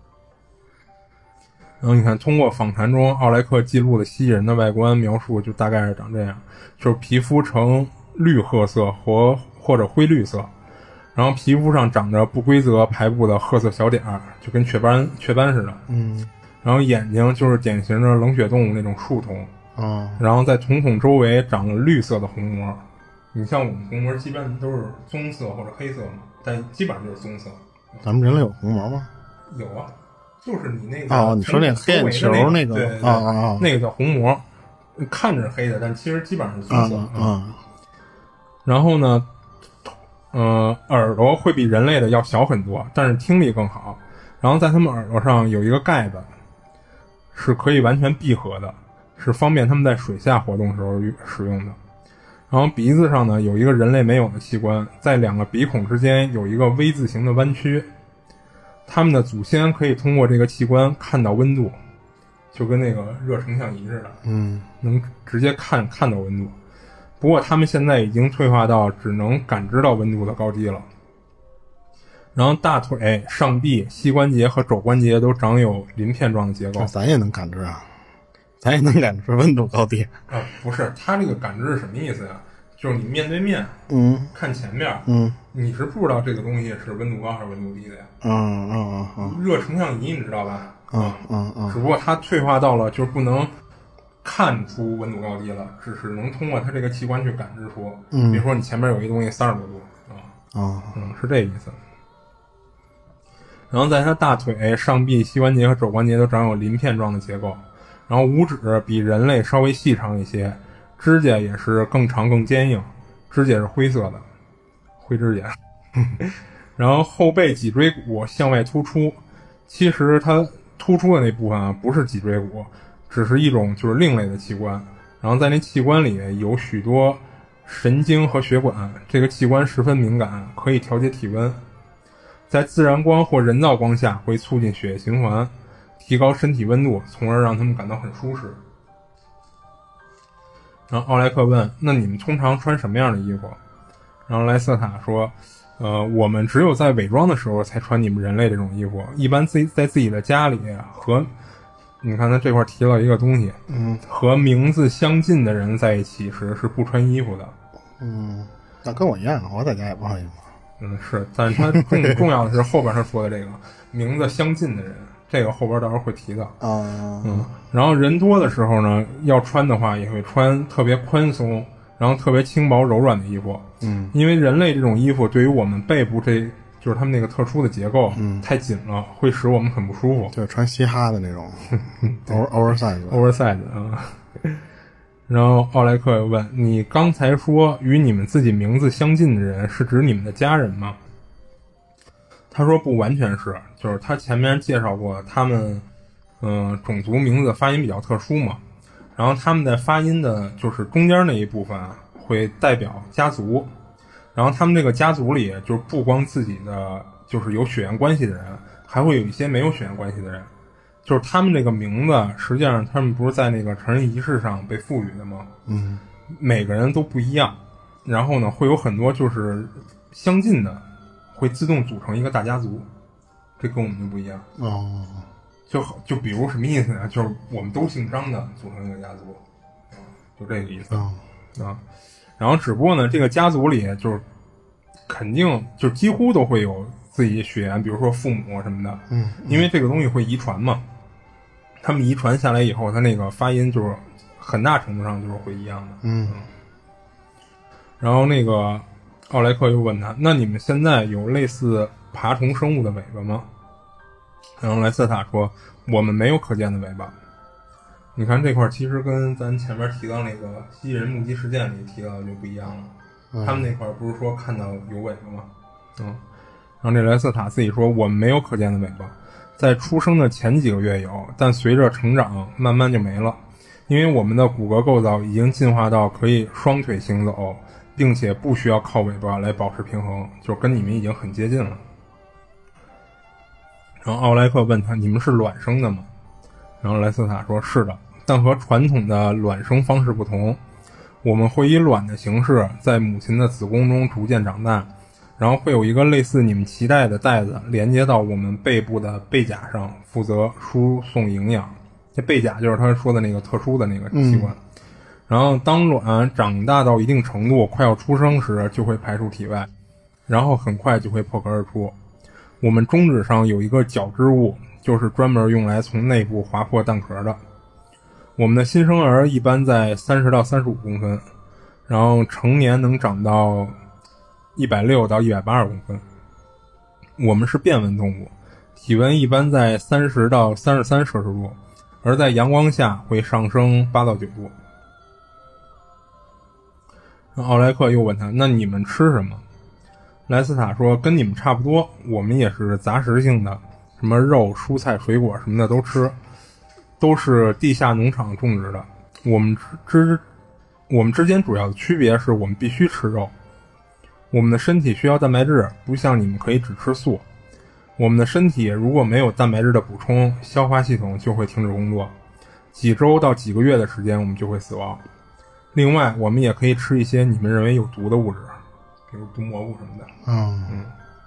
然后你看，通过访谈中奥莱克记录的蜥蜴人的外观描述，就大概是长这样，就是皮肤呈绿褐色或或者灰绿色，然后皮肤上长着不规则排布的褐色小点儿，就跟雀斑雀斑似的。 嗯。 然后眼睛就是典型的冷血动物那种树瞳， 嗯， 然后在瞳孔周围长了绿色的虹膜。你像我们虹膜基本都是棕色或者黑色嘛，但基本上就是棕色。 咱们人类有虹膜吗？ 有啊，就是你那个哦，你说那个黑眼球那个， 对对对， 啊啊啊， 那个叫虹膜，看着是黑的，但其实基本上是棕色。 啊、嗯嗯。 然后呢，呃，耳朵会比人类的要小很多，但是听力更好。然后在他们耳朵上有一个盖子，是可以完全闭合的，是方便他们在水下活动时候使用的。然后鼻子上呢有一个人类没有的器官，在两个鼻孔之间有一个 V 字形的弯曲，他们的祖先可以通过这个器官看到温度，就跟那个热成像仪似的， 嗯， 能直接看看到温度。不过他们现在已经退化到只能感知到温度的高低了。然后大腿、上臂、膝关节和肘关节都长有鳞片状的结构。 咱也能感知啊，咱也能感知温度高低啊，不是，它这个感知是什么意思呀？就是你面对面， 嗯， 看前面， 嗯， 你是不知道这个东西是温度高还是温度低的呀？ 嗯嗯嗯， 热成像仪你知道吧？ 嗯嗯嗯， 只不过它退化到了就是不能看出温度高低了，只是能通过它这个器官去感知出。 嗯， 比如说你前面有一东西三十多度啊， 啊， 嗯，是这意思。然后在它大腿、上臂、膝关节和肘关节都长有鳞片状的结构，然后五指比人类稍微细长一些，指甲也是更长更坚硬，指甲是灰色的，灰指甲。然后后背脊椎骨向外突出，其实它突出的那部分啊不是脊椎骨，只是一种就是另类的器官。然后在那器官里有许多神经和血管，这个器官十分敏感，可以调节体温。在自然光或人造光下会促进血液循环，提高身体温度，从而让他们感到很舒适。然后奥莱克问，那你们通常穿什么样的衣服？然后莱瑟塔说，呃，我们只有在伪装的时候才穿你们人类这种衣服，一般自己在自己的家里和你看他这块提了一个东西， 嗯， 和名字相近的人在一起时是不穿衣服的。 嗯，那跟我一样，我在家也不穿衣服。 嗯，是，但是它重重要的是后边他说的这个名字相近的人，这个后边到时候会提到。 啊， 嗯，然后人多的时候呢，要穿的话也会穿特别宽松，然后特别轻薄柔软的衣服。 嗯， 因为人类这种衣服对于我们背部这就是他们那个特殊的结构， 嗯， 太紧了，会使我们很不舒服。 就是穿嘻哈的那种，over oversize oversize 啊。然后奥莱克又问，你刚才说与你们自己名字相近的人是指你们的家人吗？他说不完全是，就是他前面介绍过他们嗯、呃、种族名字发音比较特殊嘛，然后他们在发音的就是中间那一部分啊会代表家族，然后他们这个家族里就是不光自己的就是有血缘关系的人，还会有一些没有血缘关系的人，就是他们这个名字实际上他们不是在那个成人仪式上被赋予的吗？ 嗯， 每个人都不一样，然后呢会有很多就是相近的会自动组成一个大家族，这跟我们就不一样。 哦， 就就比如什么意思呢？就是我们都姓张的组成一个家族，就这个意思、 哦、 啊。然后只不过呢这个家族里就是肯定就几乎都会有自己血缘，比如说父母什么的， 嗯， 因为这个东西会遗传嘛，他们遗传下来以后，他那个发音就是很大程度上就是会一样的， 嗯。 嗯然后那个奥莱克又问他，那你们现在有类似爬虫生物的尾巴吗？然后莱斯塔说，我们没有可见的尾巴。你看这块其实跟咱前面提到那个蜥蜴人目击事件里提到的就不一样了， 嗯、 他们那块不是说看到有尾巴吗？嗯，然后这莱斯塔自己说，我们没有可见的尾巴，在出生的前几个月有，但随着成长慢慢就没了，因为我们的骨骼构造已经进化到可以双腿行走，并且不需要靠尾巴来保持平衡，就跟你们已经很接近了。然后奥莱克问他，你们是卵生的吗？然后莱斯塔说，是的，但和传统的卵生方式不同，我们会以卵的形式在母亲的子宫中逐渐长大，然后会有一个类似你们脐带的带子连接到我们背部的背甲上，负责输送营养。这背甲就是他说的那个特殊的那个器官、嗯、然后当卵长大到一定程度快要出生时，就会排出体外，然后很快就会破壳而出。我们中指上有一个角质物，就是专门用来从内部划破蛋壳的。我们的新生儿一般在三十到三十五公分，然后成年能长到一百六到一百八十公分。我们是变温动物，体温一般在三十到三十三摄氏度，而在阳光下会上升八到九度。奥莱克又问他，那你们吃什么？莱斯塔说，跟你们差不多，我们也是杂食性的，什么肉、蔬菜、水果什么的都吃，都是地下农场种植的。我们之我们之间主要的区别是我们必须吃肉，我们的身体需要蛋白质，不像你们可以只吃素。我们的身体如果没有蛋白质的补充，消化系统就会停止工作，几周到几个月的时间我们就会死亡。另外我们也可以吃一些你们认为有毒的物质，比如毒蘑菇什么的。 嗯嗯，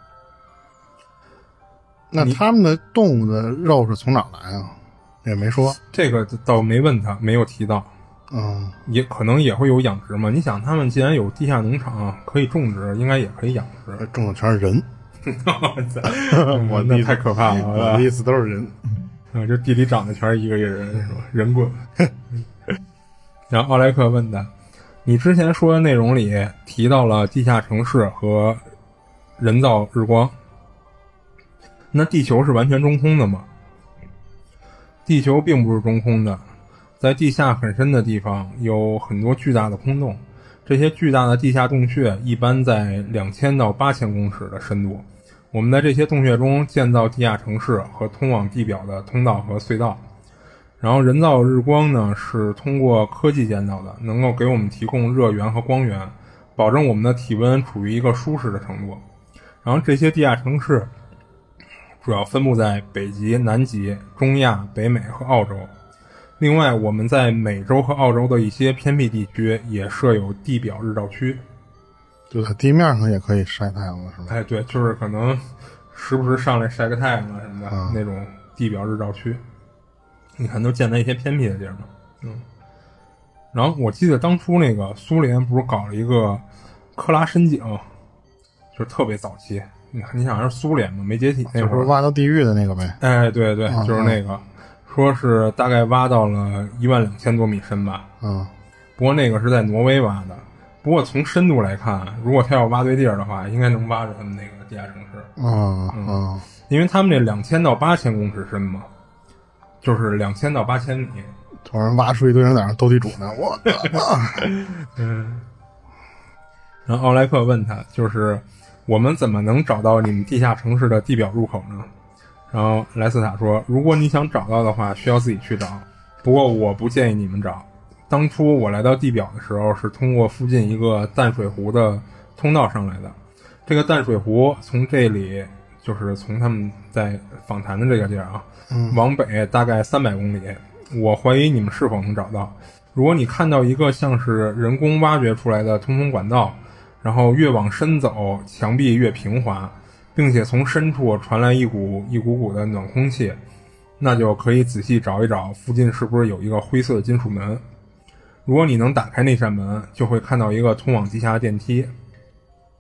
那他们的动物的肉是从哪来啊？也没说。 这个倒没问他，没有提到。 嗯， 也可能也会有养殖嘛。你想他们既然有地下农场可以种植，应该也可以养殖。 种的全是人。 我那太可怕了， 我的意思都是人。 嗯，就地里长的全是一个一个人，是吧？人棍。然后奥莱克问他，你之前说的内容里提到了地下城市和人造日光，那地球是完全中空的吗？地球并不是中空的，在地下很深的地方有很多巨大的空洞，这些巨大的地下洞穴一般在两千到八千公尺的深度。我们在这些洞穴中建造地下城市和通往地表的通道和隧道。然后人造日光呢，是通过科技建造的，能够给我们提供热源和光源，保证我们的体温处于一个舒适的程度。然后这些地下城市主要分布在北极、南极、中亚、北美和澳洲。另外我们在美洲和澳洲的一些偏僻地区也设有地表日照区， 就在地面上也可以晒太阳了，是吧？ 哎，对，就是可能时不时上来晒个太阳啊什么的、 嗯、 那种地表日照区。你看都建在一些偏僻的地儿嘛。嗯，然后我记得当初那个苏联不是搞了一个克拉深井，就是特别早期。你看，你想是苏联嘛，没解体那会儿， 就是挖到地狱的那个呗。 哎，对对，就是那个， 嗯、 说是大概挖到了一万两千多米深吧。 嗯， 不过那个是在挪威挖的。不过从深度来看，如果他要挖对地儿的话，应该能挖着他们那个地下城市。 嗯嗯， 嗯因为他们这两千到八千公尺深嘛，就是两千到八千米。 突然挖出一堆人在那斗地主呢，我嗯。然后奥莱克问他，就是我们怎么能找到你们地下城市的地表入口呢？然后莱斯塔说，如果你想找到的话，需要自己去找，不过我不建议你们找。当初我来到地表的时候，是通过附近一个淡水湖的通道上来的。这个淡水湖从这里，就是从他们在访谈的这个地儿啊， 嗯、 往北大概三百公里。我怀疑你们是否能找到。如果你看到一个像是人工挖掘出来的通风管道，然后越往深走，墙壁越平滑，并且从深处传来一股一股股的暖空气，那就可以仔细找一找附近是不是有一个灰色的金属门。如果你能打开那扇门，就会看到一个通往地下的电梯。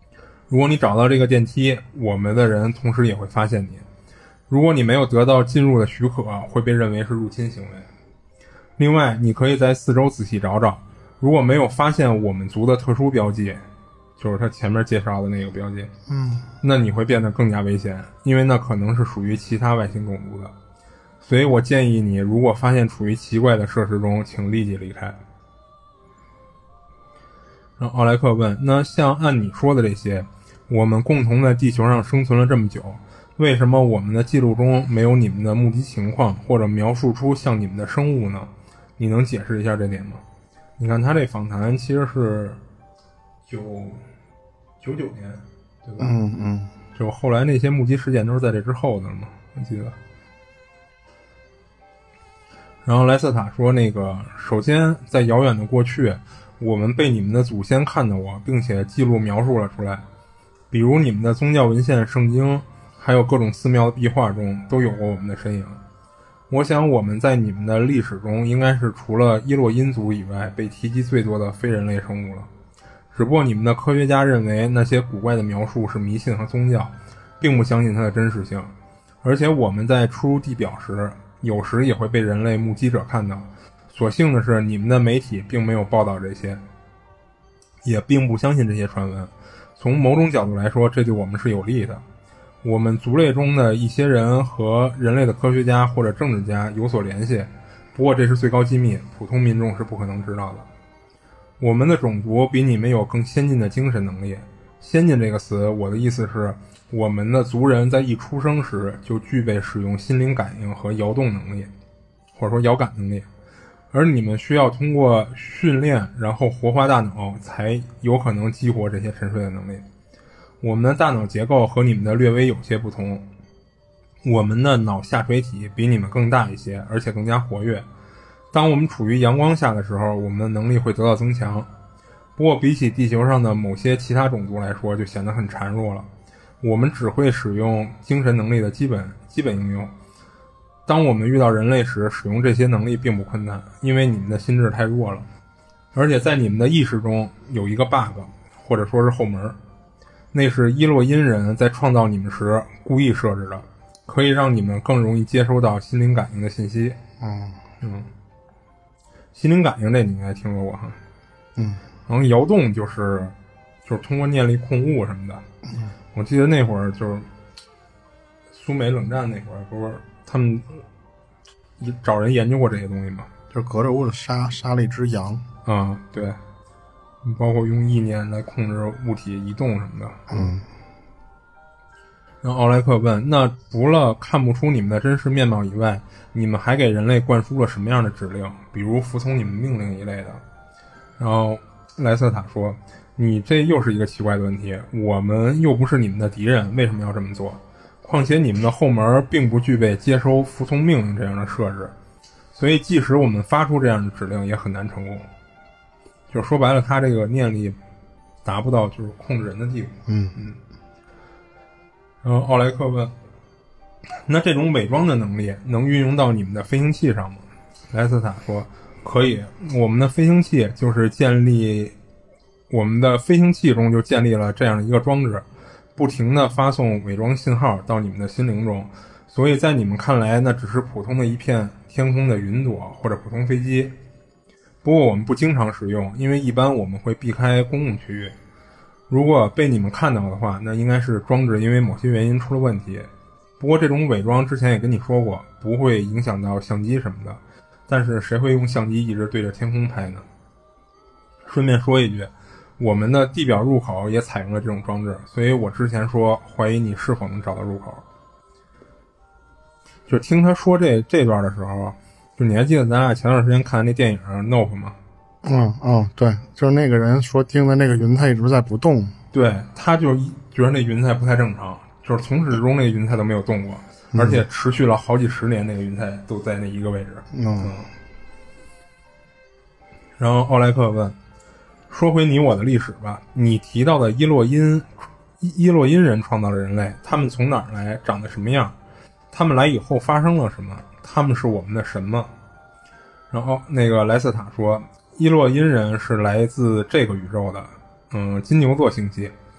如果你找到这个电梯，我们的人同时也会发现你。如果你没有得到进入的许可，会被认为是入侵行为。另外，你可以在四周仔细找找，如果没有发现我们族的特殊标记，就是他前面介绍的那个标记， 嗯， 那你会变得更加危险，因为那可能是属于其他外星种族的。所以我建议你，如果发现处于奇怪的设施中，请立即离开。然后奥莱克问，那像按你说的这些，我们共同在地球上生存了这么久，为什么我们的记录中没有你们的目击情况，或者描述出像你们的生物呢？你能解释一下这点吗？你看他这访谈其实是九九九年，对吧？ 嗯嗯， 就后来那些目击事件都是在这之后的了嘛，我记得。然后莱瑟塔说，那个首先在遥远的过去，我们被你们的祖先看到过，并且记录描述了出来，比如你们的宗教文献圣经，还有各种寺庙的壁画中都有过我们的身影。我想我们在你们的历史中应该是除了伊洛因族以外被提及最多的非人类生物了。只不过你们的科学家认为那些古怪的描述是迷信和宗教，并不相信它的真实性。而且我们在出入地表时，有时也会被人类目击者看到。所幸的是，你们的媒体并没有报道这些，也并不相信这些传闻。从某种角度来说，这对我们是有利的。我们族类中的一些人和人类的科学家或者政治家有所联系，不过这是最高机密，普通民众是不可能知道的。我们的种族比你们有更先进的精神能力。先进这个词，我的意思是，我们的族人在一出生时就具备使用心灵感应和摇动能力，或者说遥感能力，而你们需要通过训练，然后活化大脑，才有可能激活这些沉睡的能力。我们的大脑结构和你们的略微有些不同，我们的脑下垂体比你们更大一些，而且更加活跃。当我们处于阳光下的时候，我们的能力会得到增强。不过比起地球上的某些其他种族来说，就显得很孱弱了。我们只会使用精神能力的基本基本应用。当我们遇到人类时，使用这些能力并不困难，因为你们的心智太弱了。而且在你们的意识中有一个 bug， 或者说是后门，那是伊洛因人在创造你们时故意设置的，可以让你们更容易接收到心灵感应的信息。 嗯嗯，心灵感应这你应该听说过哈。 嗯， 然后摇动就是就是通过念力控物什么的。 嗯， 我记得那会儿就是苏美冷战那会儿，不是他们找人研究过这些东西嘛？ 就是隔着屋子杀杀了一只羊啊，对，包括用意念来控制物体移动什么的。 嗯。 然后奥莱克问，那除了看不出你们的真实面貌以外，你们还给人类灌输了什么样的指令，比如服从你们命令一类的？然后莱瑟塔说，你这又是一个奇怪的问题，我们又不是你们的敌人，为什么要这么做？况且你们的后门并不具备接收服从命令这样的设置，所以即使我们发出这样的指令也很难成功。就是说白了，他这个念力达不到就是控制人的地步。 嗯嗯。然后奥莱克问，那这种伪装的能力能运用到你们的飞行器上吗？莱斯塔说，可以，我们的飞行器就是建立我们的飞行器中就建立了这样的一个装置，不停地发送伪装信号到你们的心灵中，所以在你们看来那只是普通的一片天空的云朵或者普通飞机。不过我们不经常使用，因为一般我们会避开公共区域。如果被你们看到的话，那应该是装置因为某些原因出了问题。不过这种伪装之前也跟你说过，不会影响到相机什么的，但是谁会用相机一直对着天空拍呢？顺便说一句，我们的地表入口也采用了这种装置，所以我之前说怀疑你是否能找到入口。就听他说这这段的时候，就你还记得咱俩前段时间看那电影 Nope 吗？ 嗯哦，对，就是那个人说盯的那个云彩一直在不动， 对，他就觉得那云彩不太正常，就是从始至终那个云彩都没有动过，嗯、而且持续了好几十年，那个云彩都在那一个位置。 嗯。 嗯然后奥莱克问，说回你我的历史吧，你提到的伊洛因伊洛因人创造了人类，他们从哪儿来，长得什么样？他们来以后发生了什么？他们是我们的神吗？然后那个莱斯塔说，伊洛因人是来自这个宇宙的，嗯，金牛座星系，他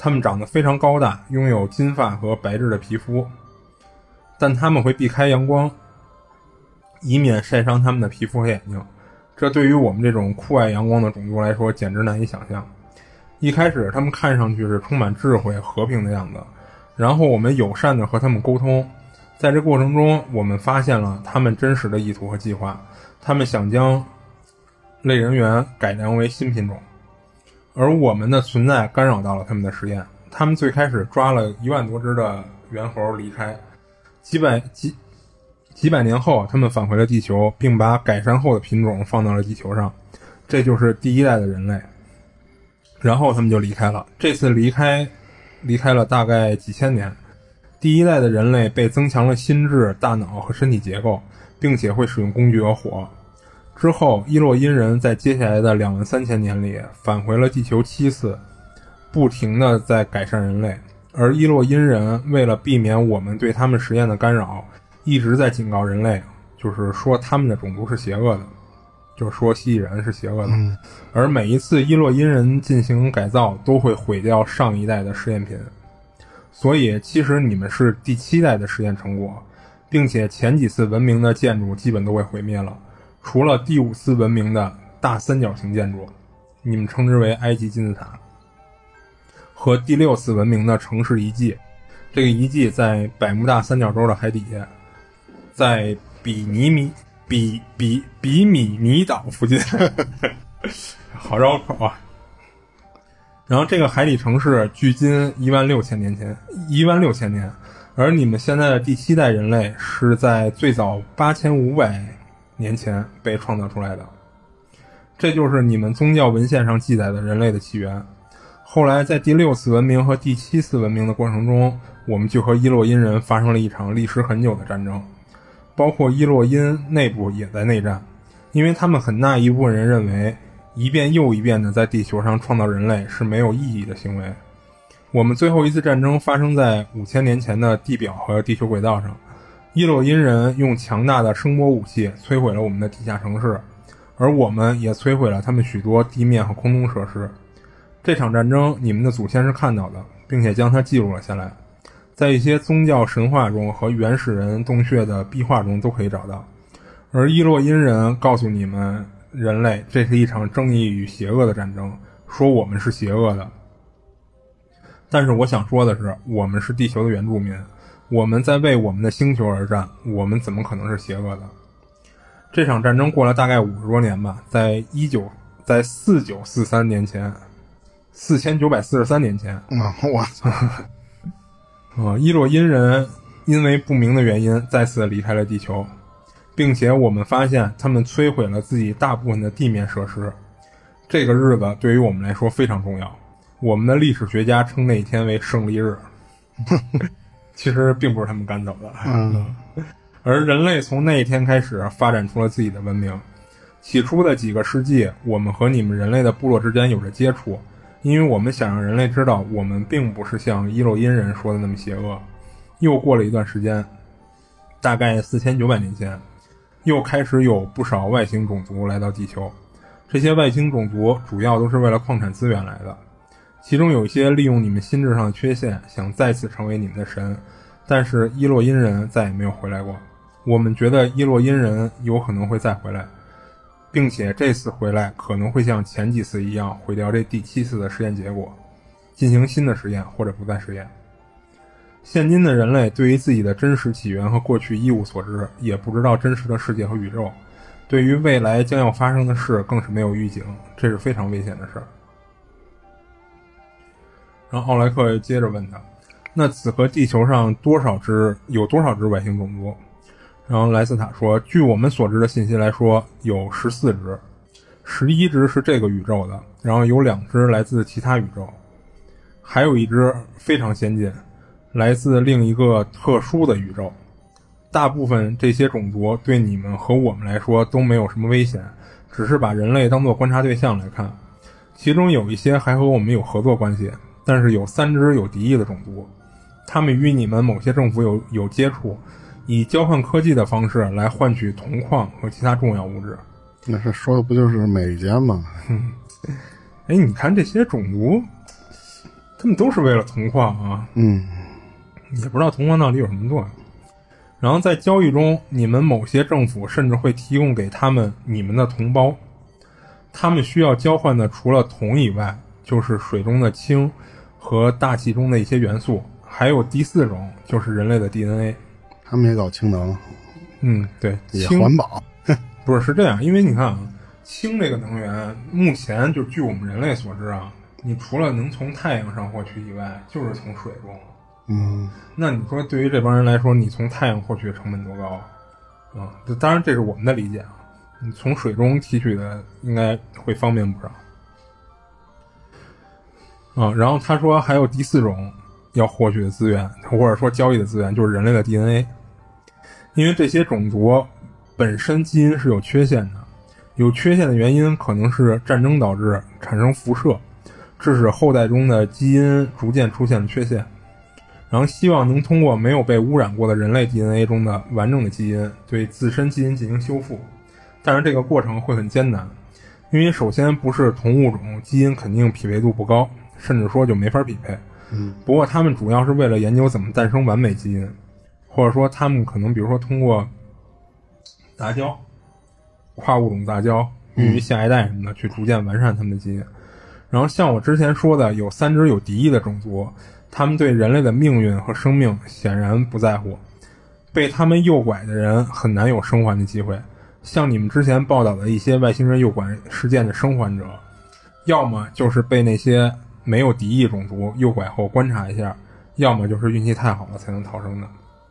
他们长得非常高大，拥有金发和白质的皮肤，但他们会避开阳光，以免晒伤他们的皮肤和眼睛。这对于我们这种酷爱阳光的种族来说简直难以想象。一开始他们看上去是充满智慧和平的样子，然后我们友善地和他们沟通，在这过程中我们发现了他们真实的意图和计划。他们想将类人猿改良为新品种，而我们的存在干扰到了他们的实验。他们最开始抓了一万多只的猿猴离开，几百几几百年后他们返回了地球，并把改善后的品种放到了地球上，这就是第一代的人类。然后他们就离开了，这次离开离开了大概几千年。第一代的人类被增强了心智、大脑和身体结构，并且会使用工具和火。之后伊洛因人在接下来的两万三千年里返回了地球七次，不停地在改善人类。而伊洛因人为了避免我们对他们实验的干扰，一直在警告人类，就是说他们的种族是邪恶的，就是说蜥蜴人是邪恶的。 嗯、 而每一次伊洛因人进行改造都会毁掉上一代的试验品，所以其实你们是第七代的实验成果，并且前几次文明的建筑基本都被毁灭了，除了第五次文明的大三角形建筑，你们称之为埃及金字塔，和第六次文明的城市遗迹。这个遗迹在百慕大三角洲的海底下，在比尼米比比比米尼岛附近好绕口啊。然后这个海底城市距今一万六千年前一万六千年，而你们现在的第七代人类是在最早八千五百年前被创造出来的，这就是你们宗教文献上记载的人类的起源。后来在第六次文明和第七次文明的过程中，我们就和伊洛因人发生了一场历时很久的战争，包括伊洛因内部也在内战，因为他们很大一部分人认为一遍又一遍的在地球上创造人类是没有意义的行为。我们最后一次战争发生在五千年前的地表和地球轨道上，伊洛因人用强大的声波武器摧毁了我们的地下城市，而我们也摧毁了他们许多地面和空中设施。这场战争你们的祖先是看到的，并且将它记录了下来，在一些宗教神话中和原始人洞穴的壁画中都可以找到。而伊洛因人告诉你们人类，这是一场正义与邪恶的战争，说我们是邪恶的。但是我想说的是，我们是地球的原住民，我们在为我们的星球而战，我们怎么可能是邪恶的？这场战争过了大概五十多年吧，在一九在四九四三年前，四千九百四十三年前， 啊，我操！ 呃，伊洛因人因为不明的原因再次离开了地球，并且我们发现他们摧毁了自己大部分的地面设施。这个日子对于我们来说非常重要，我们的历史学家称那一天为胜利日。其实并不是他们赶走的。 嗯， 而人类从那一天开始发展出了自己的文明。起初的几个世纪，我们和你们人类的部落之间有着接触，因为我们想让人类知道我们并不是像伊洛因人说的那么邪恶。又过了一段时间，大概四千九百年前，又开始有不少外星种族来到地球。这些外星种族主要都是为了矿产资源来的，其中有一些利用你们心智上的缺陷，想再次成为你们的神，但是伊洛因人再也没有回来过。我们觉得伊洛因人有可能会再回来，并且这次回来可能会像前几次一样毁掉这第七次的实验结果，进行新的实验或者不再实验。现今的人类对于自己的真实起源和过去一无所知，也不知道真实的世界和宇宙，对于未来将要发生的事更是没有预警，这是非常危险的事。然后奥莱克接着问他，那此刻地球上多少只有多少只外星种族？然后莱斯塔说，据我们所知的信息来说，有十四只，十一只是这个宇宙的，然后有两只来自其他宇宙，还有一只非常先进，来自另一个特殊的宇宙。大部分这些种族对你们和我们来说都没有什么危险，只是把人类当作观察对象来看。其中有一些还和我们有合作关系，但是有三只有敌意的种族，他们与你们某些政府有有接触，以交换科技的方式来换取铜矿和其他重要物质。 那是说的不就是美利坚吗？ 哎，你看这些种族他们都是为了铜矿啊， 嗯， 也不知道铜矿到底有什么作用。然后在交易中，你们某些政府甚至会提供给他们你们的铜包，他们需要交换的除了铜以外，就是水中的氢和大气中的一些元素，还有第四种就是人类的 D N A。 他们也搞氢能， 嗯，对， 也环保。 不是是这样，因为你看啊，氢这个能源目前就据我们人类所知啊，你除了能从太阳上获取以外，就是从水中。 嗯， 那你说对于这帮人来说，你从太阳获取的成本多高啊？啊、嗯，当然这是我们的理解啊。你从水中提取的应该会方便不少。啊、嗯，然后他说还有第四种要获取的资源，或者说交易的资源，就是人类的 D N A。因为这些种族本身基因是有缺陷的，有缺陷的原因可能是战争导致产生辐射，致使后代中的基因逐渐出现了缺陷。然后希望能通过没有被污染过的人类 D N A 中的完整的基因对自身基因进行修复，但是这个过程会很艰难，因为首先不是同物种，基因肯定匹配度不高，甚至说就没法匹配。 嗯， 不过他们主要是为了研究怎么诞生完美基因，或者说他们可能比如说通过杂交、跨物种杂交、孕育下一代什么的，去逐渐完善他们的基因。然后像我之前说的，有三只有敌意的种族，他们对人类的命运和生命显然不在乎，被他们诱拐的人很难有生还的机会。像你们之前报道的一些外星人诱拐事件的生还者，要么就是被那些没有敌意种族诱拐后观察一下，要么就是运气太好了才能逃生的。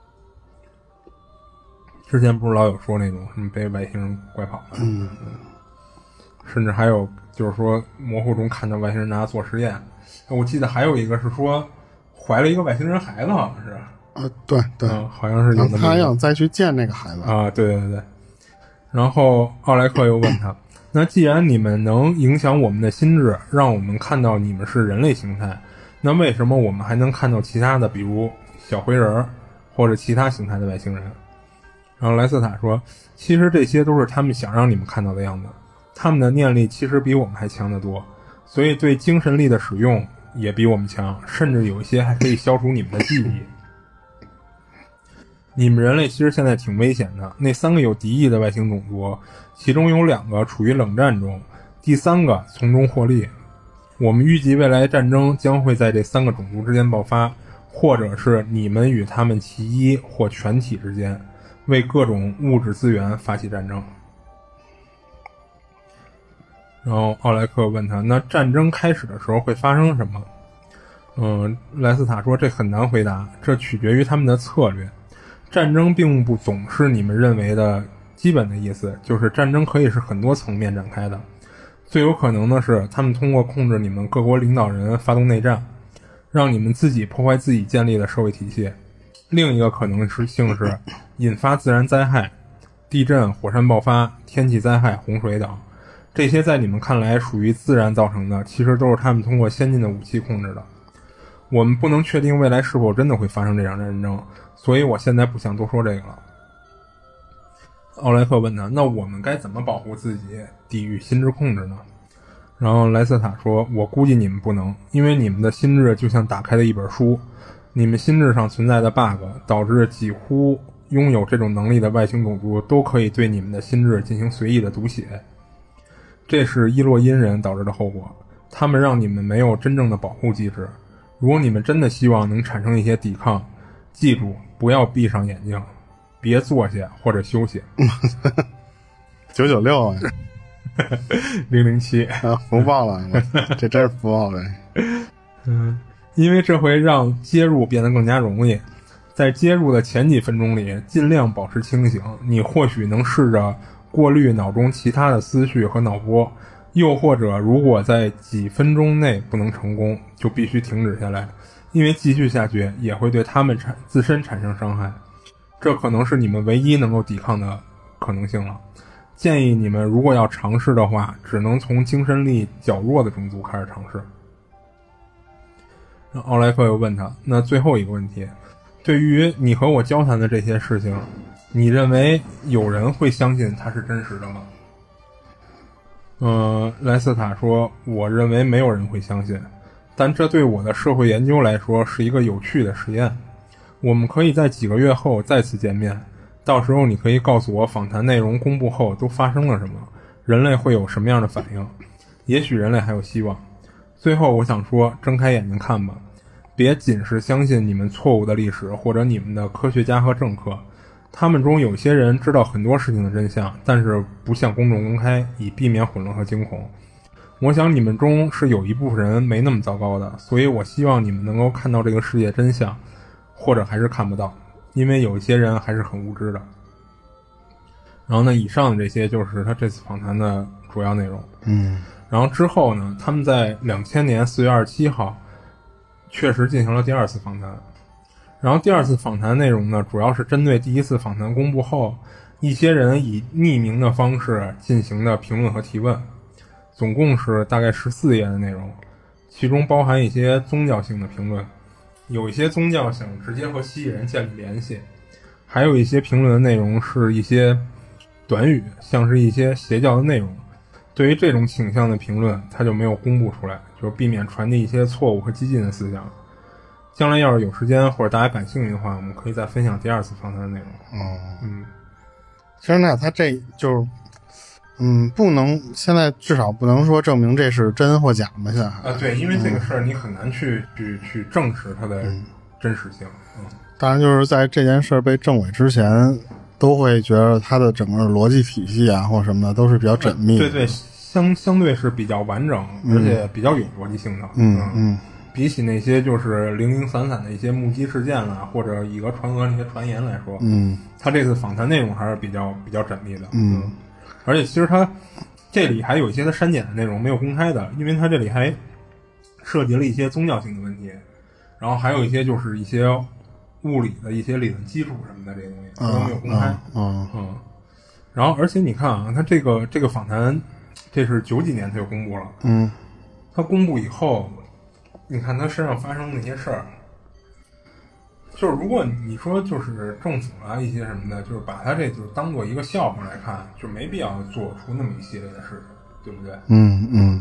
之前不是老有说那种什么被外星人拐跑的， 嗯， 甚至还有就是说模糊中看到外星人拿它做实验。我记得还有一个是说怀了一个外星人孩子，好像是啊，对对， 嗯，好像是有的。 他还想再去见那个孩子啊，对对对。然后奥莱克又问他，那既然你们能影响我们的心智，让我们看到你们是人类形态，那为什么我们还能看到其他的，比如小灰人或者其他形态的外星人？然后莱斯塔说，其实这些都是他们想让你们看到的样子，他们的念力其实比我们还强得多，所以对精神力的使用也比我们强，甚至有一些还可以消除你们的记忆。你们人类其实现在挺危险的，那三个有敌意的外星种族，其中有两个处于冷战中，第三个从中获利。我们预计未来战争将会在这三个种族之间爆发，或者是你们与他们其一或全体之间，为各种物质资源发起战争。然后奥莱克问他，那战争开始的时候会发生什么？嗯，莱斯塔说这很难回答，这取决于他们的策略。战争并不总是你们认为的基本的意思，就是战争可以是很多层面展开的。最有可能的是他们通过控制你们各国领导人发动内战，让你们自己破坏自己建立的社会体系。另一个可能性是引发自然灾害，地震、火山爆发、天气灾害、洪水等，这些在你们看来属于自然造成的，其实都是他们通过先进的武器控制的。我们不能确定未来是否真的会发生这场战争，所以我现在不想多说这个了。奥莱克问他，那我们该怎么保护自己，抵御心智控制呢？然后莱斯塔说，我估计你们不能，因为你们的心智就像打开了一本书，你们心智上存在的 bug 导致几乎拥有这种能力的外星种族都可以对你们的心智进行随意的读写，这是伊洛因人导致的后果。他们让你们没有真正的保护机制，如果你们真的希望能产生一些抵抗，记住不要闭上眼睛，别坐下或者休息。 九九六啊， 零零七啊，福报了，这真是福报呗。 嗯，因为这会让接入变得更加容易。在接入的前几分钟里，尽量保持清醒。你或许能试着过滤脑中其他的思绪和脑波，又或者如果在几分钟内不能成功，就必须停止下来，因为继续下去也会对他们产自身产生伤害。这可能是你们唯一能够抵抗的可能性了。建议你们如果要尝试的话，只能从精神力较弱的种族开始尝试。奥莱克又问他，那最后一个问题，对于你和我交谈的这些事情，你认为有人会相信它是真实的吗？呃，莱斯塔说，我认为没有人会相信。 但这对我的社会研究来说是一个有趣的实验。我们可以在几个月后再次见面，到时候你可以告诉我访谈内容公布后都发生了什么，人类会有什么样的反应，也许人类还有希望。最后我想说，睁开眼睛看吧，别仅是相信你们错误的历史或者你们的科学家和政客，他们中有些人知道很多事情的真相，但是不向公众公开，以避免混乱和惊恐。我想你们中是有一部分人没那么糟糕的，所以我希望你们能够看到这个世界真相，或者还是看不到，因为有一些人还是很无知的。然后呢，以上的这些就是他这次访谈的主要内容。 嗯， 然后之后呢，他们在两千年四月二十七号确实进行了第二次访谈。然后第二次访谈内容呢，主要是针对第一次访谈公布后，一些人以匿名的方式进行的评论和提问，总共是大概十四页的内容，其中包含一些宗教性的评论，有一些宗教想直接和蜥蜴人建立联系，还有一些评论的内容是一些短语，像是一些邪教的内容。对于这种倾向的评论，他就没有公布出来，就是避免传递一些错误和激进的思想。将来要是有时间或者大家感兴趣的话，我们可以再分享第二次访谈的内容。 哦， 嗯， 其实呢，他这就是嗯，不能现在至少不能说证明这是真或假嘛，现在啊，对，因为这个事儿你很难去、嗯、去去证实它的真实性。嗯， 当然就是在这件事儿被证伪之前，都会觉得它的整个逻辑体系啊或什么的都是比较缜密的。 对对，相相对是比较完整，而且比较有逻辑性的。 嗯嗯。嗯比起那些就是零零散散的一些目击事件啦，或者以讹传讹那些传言来说， 嗯， 他这次访谈内容还是比较比较缜密的， 嗯， 嗯而且其实他这里还有一些他删减的内容没有公开的，因为他这里还涉及了一些宗教性的问题，然后还有一些就是一些物理的一些理论基础什么的这些东西都没有公开， 嗯嗯，然后而且你看啊，他这个这个访谈，这是九几年他就公布了， 嗯， 他公布以后。你看他身上发生那些事儿，就是如果你说就是政府啊一些什么的，就是把他这就当做一个笑话来看，就没必要做出那么一系列的事情，对不对？ 嗯嗯。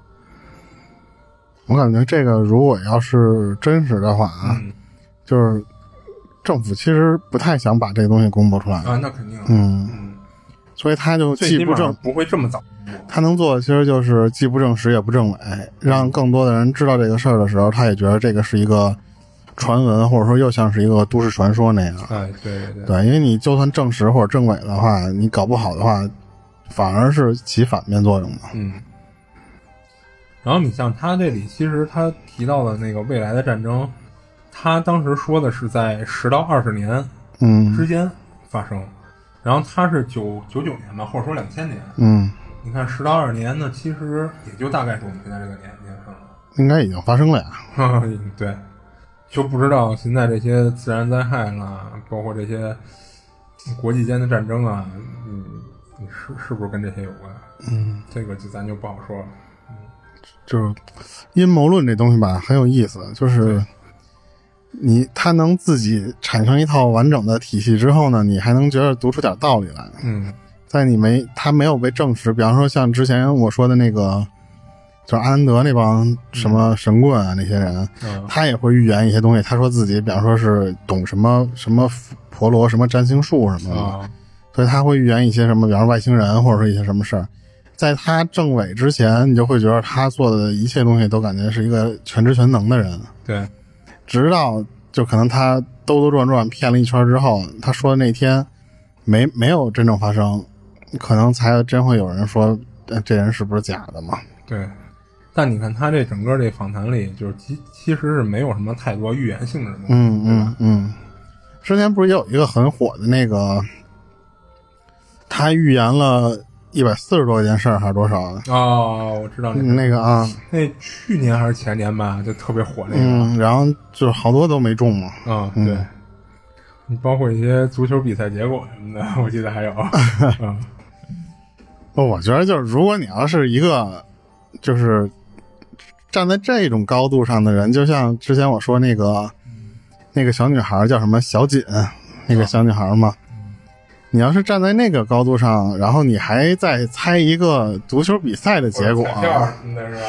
我感觉这个如果要是真实的话啊， 嗯、 就是政府其实不太想把这个东西公布出来啊，那肯定， 嗯嗯， 所以他就既不正不会这么早。 他能做的其实就是既不证实也不证伪，让更多的人知道这个事儿的时候，他也觉得这个是一个传闻，或者说又像是一个都市传说那样。 哎，对对对， 对，因为你就算证实或者证伪的话，你搞不好的话，反而是起反面作用的。 嗯。然后你像他这里，其实他提到的那个未来的战争，他当时说的是在十到二十年嗯之间发生，嗯、然后他是九九九年吧，或者说两千年， 嗯。 你看十到二十年呢，其实也就大概是我们现在这个年年份了， 应该已经发生了呀。 对，就不知道现在这些自然灾害啦，包括这些国际间的战争啊，嗯，你是是不是跟这些有关？ 嗯， 这个就咱就不好说了。嗯， 就是阴谋论这东西吧，很有意思，就是你他能自己产生一套完整的体系之后呢，你还能觉得读出点道理来。 嗯。 在你没他没有被证实，比方说像之前我说的那个就是阿南德那帮什么神棍啊、嗯、那些人、嗯、他也会预言一些东西，他说自己比方说是懂什么什么婆罗什么占星术什么的、嗯、所以他会预言一些什么比方说外星人或者是一些什么事儿，在他证伪之前你就会觉得他做的一切东西都感觉是一个全知全能的人。 对，直到就可能他兜兜转转骗了一圈之后，他说的那天没没有真正发生，可能才真会有人说这人是不是假的嘛。 对，但你看他这整个这访谈里，就是其其实是没有什么太多预言性的东西。 嗯嗯嗯。之前不是也有一个很火的那个，他预言了一百四十多件事儿还是多少？ 哦，我知道那个、 那个啊， 那去年还是前年吧，就特别火那个。 嗯，然后就好多都没中嘛。 啊、嗯，对。你包括一些足球比赛结果什么的，我记得还有。嗯。 我觉得就是如果你要是一个就是站在这种高度上的人，就像之前我说那个、嗯、那个小女孩叫什么小锦那个小女孩嘛、嗯、你要是站在那个高度上，然后你还在猜一个足球比赛的结果， 彩票什么的是吧？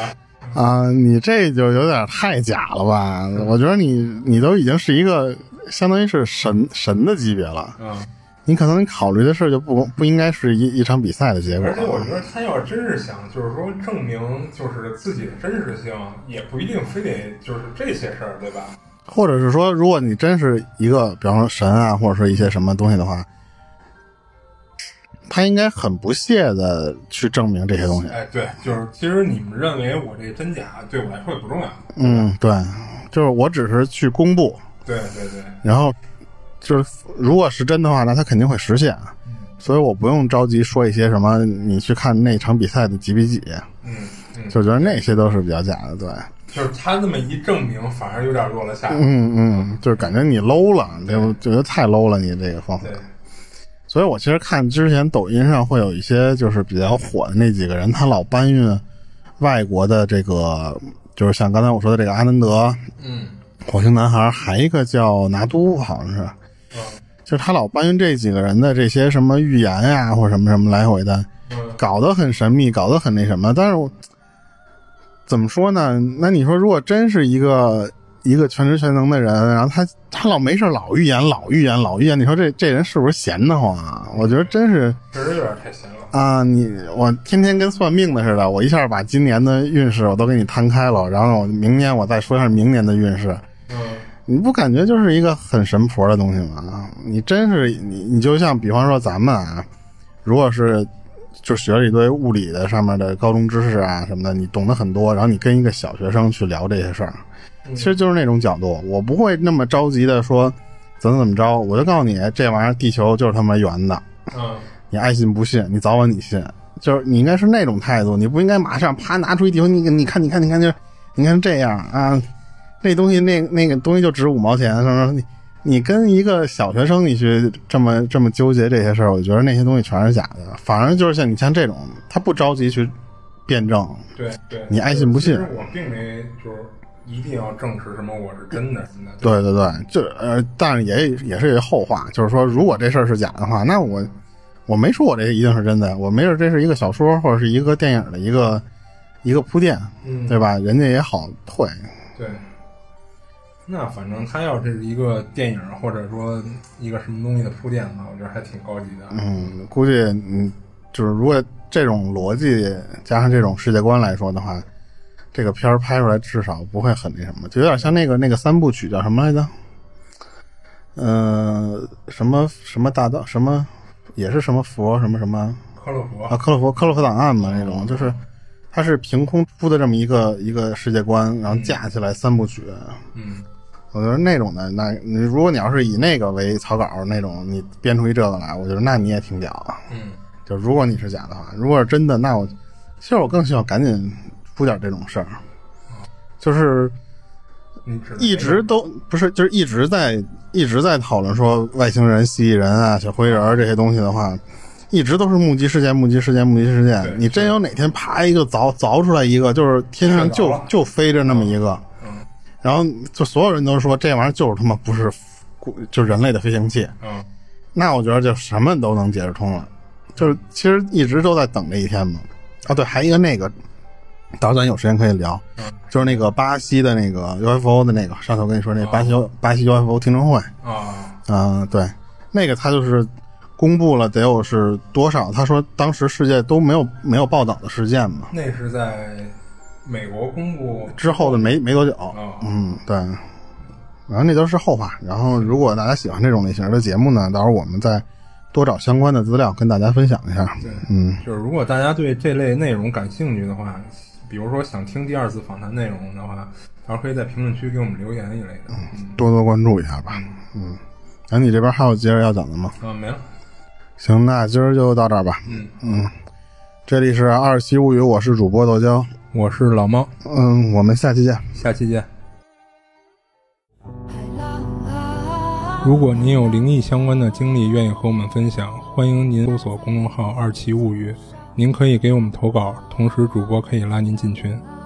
啊，你这就有点太假了吧？我觉得你你都已经是一个相当于是神神的级别了。 嗯， 你可能考虑的事就不不应该是一一场比赛的结果。 而且我觉得他要真是想就是说证明就是自己的真实性，也不一定非得就是这些事儿，对吧？ 或者是说，如果你真是一个比方说神啊，或者说一些什么东西的话，他应该很不屑的去证明这些东西。 哎，对，就是其实你们认为我这真假对我来说也不重要。 嗯，对，就是我只是去公布。 对对对。 然后就是如果是真的话，那他肯定会实现。嗯，所以我不用着急说一些什么你去看那场比赛的几比几。 嗯嗯， 就觉得那些都是比较假的。对。 就是他那么一证明，反而有点落了下。 嗯嗯，就是感觉你 low 了，就觉得太 low 了，你这个方法。 对。 所以我其实看之前抖音上会有一些就是比较火的那几个人，他老搬运外国的这个，就是像刚才我说的这个阿南德， 嗯， 火星男孩，还一个叫拿督，好像是， 嗯， 就是他老搬运这几个人的这些什么预言呀、啊，或者什么什么来回的， 嗯， 搞得很神秘，搞得很那什么。但是我怎么说呢？那你说如果真是一个一个全知全能的人，然后他他老没事老预言老预言老预言，你说这这人是不是闲得慌啊？我觉得真是确实有点太闲了啊！你我天天跟算命的似的，我一下把今年的运势我都给你摊开了，然后我明年我再说一下明年的运势。 嗯， 你不感觉就是一个很神婆的东西吗？你真是你你就像比方说咱们啊，如果是就学了一堆物理的上面的高中知识啊什么的，你懂得很多，然后你跟一个小学生去聊这些事儿。其实就是那种角度，我不会那么着急的说怎么怎么着，我就告诉你这玩意儿地球就是他妈圆的， 嗯， 你爱信不信，你早晚你信，就是你应该是那种态度，你不应该马上啪拿出一地球，你你看你看你看就你看这样啊，那东西那那个东西就值五毛钱，是不是？你你跟一个小学生你去这么这么纠结这些事儿，我觉得那些东西全是假的，反而就是像你像这种，他不着急去辩证， 对对， 你爱信不信。 其实我并没就是。一定要证实什么我是真的，真的。 对对对，就呃，但是也也是一个后话，就是说，如果这事儿是假的话，那我我没说我这一定是真的，我没准这是一个小说或者是一个电影的一个一个铺垫， 嗯， 对吧？人家也好退。 对。那反正他要这是一个电影或者说一个什么东西的铺垫的话，我觉得还挺高级的。 嗯，估计嗯，就是如果这种逻辑加上这种世界观来说的话。这个片儿拍出来至少不会很那什么，就有点像那个那个三部曲叫什么来着？呃，什么什么大道什么，也是什么佛什么什么克洛佛啊，克洛佛克洛佛档案嘛那种，就是它是凭空出的这么一个一个世界观，然后架起来三部曲。 嗯， 我觉得那种的，那你如果你要是以那个为草稿那种，你编出一这个来，我觉得那你也挺屌啊。 嗯， 就如果你是假的话，如果是真的，那我其实我更希望赶紧。出点这种事儿，就是一直都不是，就是一直在一直在讨论说外星人、蜥蜴人啊、小灰人这些东西的话，一直都是目击事件、目击事件、目击事件。你真有哪天啪一个凿凿出来一个，就是天上就就飞着那么一个， 嗯， 然后就所有人都说这玩意儿就是他妈不是就人类的飞行器， 嗯， 那我觉得就什么都能解释通了。就是其实一直都在等这一天嘛。啊，对，还一个那个。到时候咱有时间可以聊， 嗯， 就是那个巴西的那个 U F O 的那个，上次我跟你说那巴西、哦、巴西 U F O 听证会啊， 啊、呃，对，那个他就是公布了得有是多少？他说当时世界都没有没有报道的事件嘛。 那是在美国公布之后的没没多久， 哦、 嗯，对。然后那都是后话。然后如果大家喜欢这种类型的节目呢，到时候我们再多找相关的资料跟大家分享一下。 对， 嗯， 就是如果大家对这类内容感兴趣的话。比如说想听第二次访谈内容的话，到时候可以在评论区给我们留言一类的， 嗯，多多关注一下吧。嗯，那、嗯、你这边还有接着要讲的吗？ 啊，没了。 行，那今儿就到这儿吧。 嗯嗯，这里是二七物语，我是主播豆椒， 我是老猫。 嗯，我们下期见。 下期见。如果您有灵异相关的经历愿意和我们分享，欢迎您搜索公众号二七物语，您可以给我们投稿，同时主播可以拉您进群。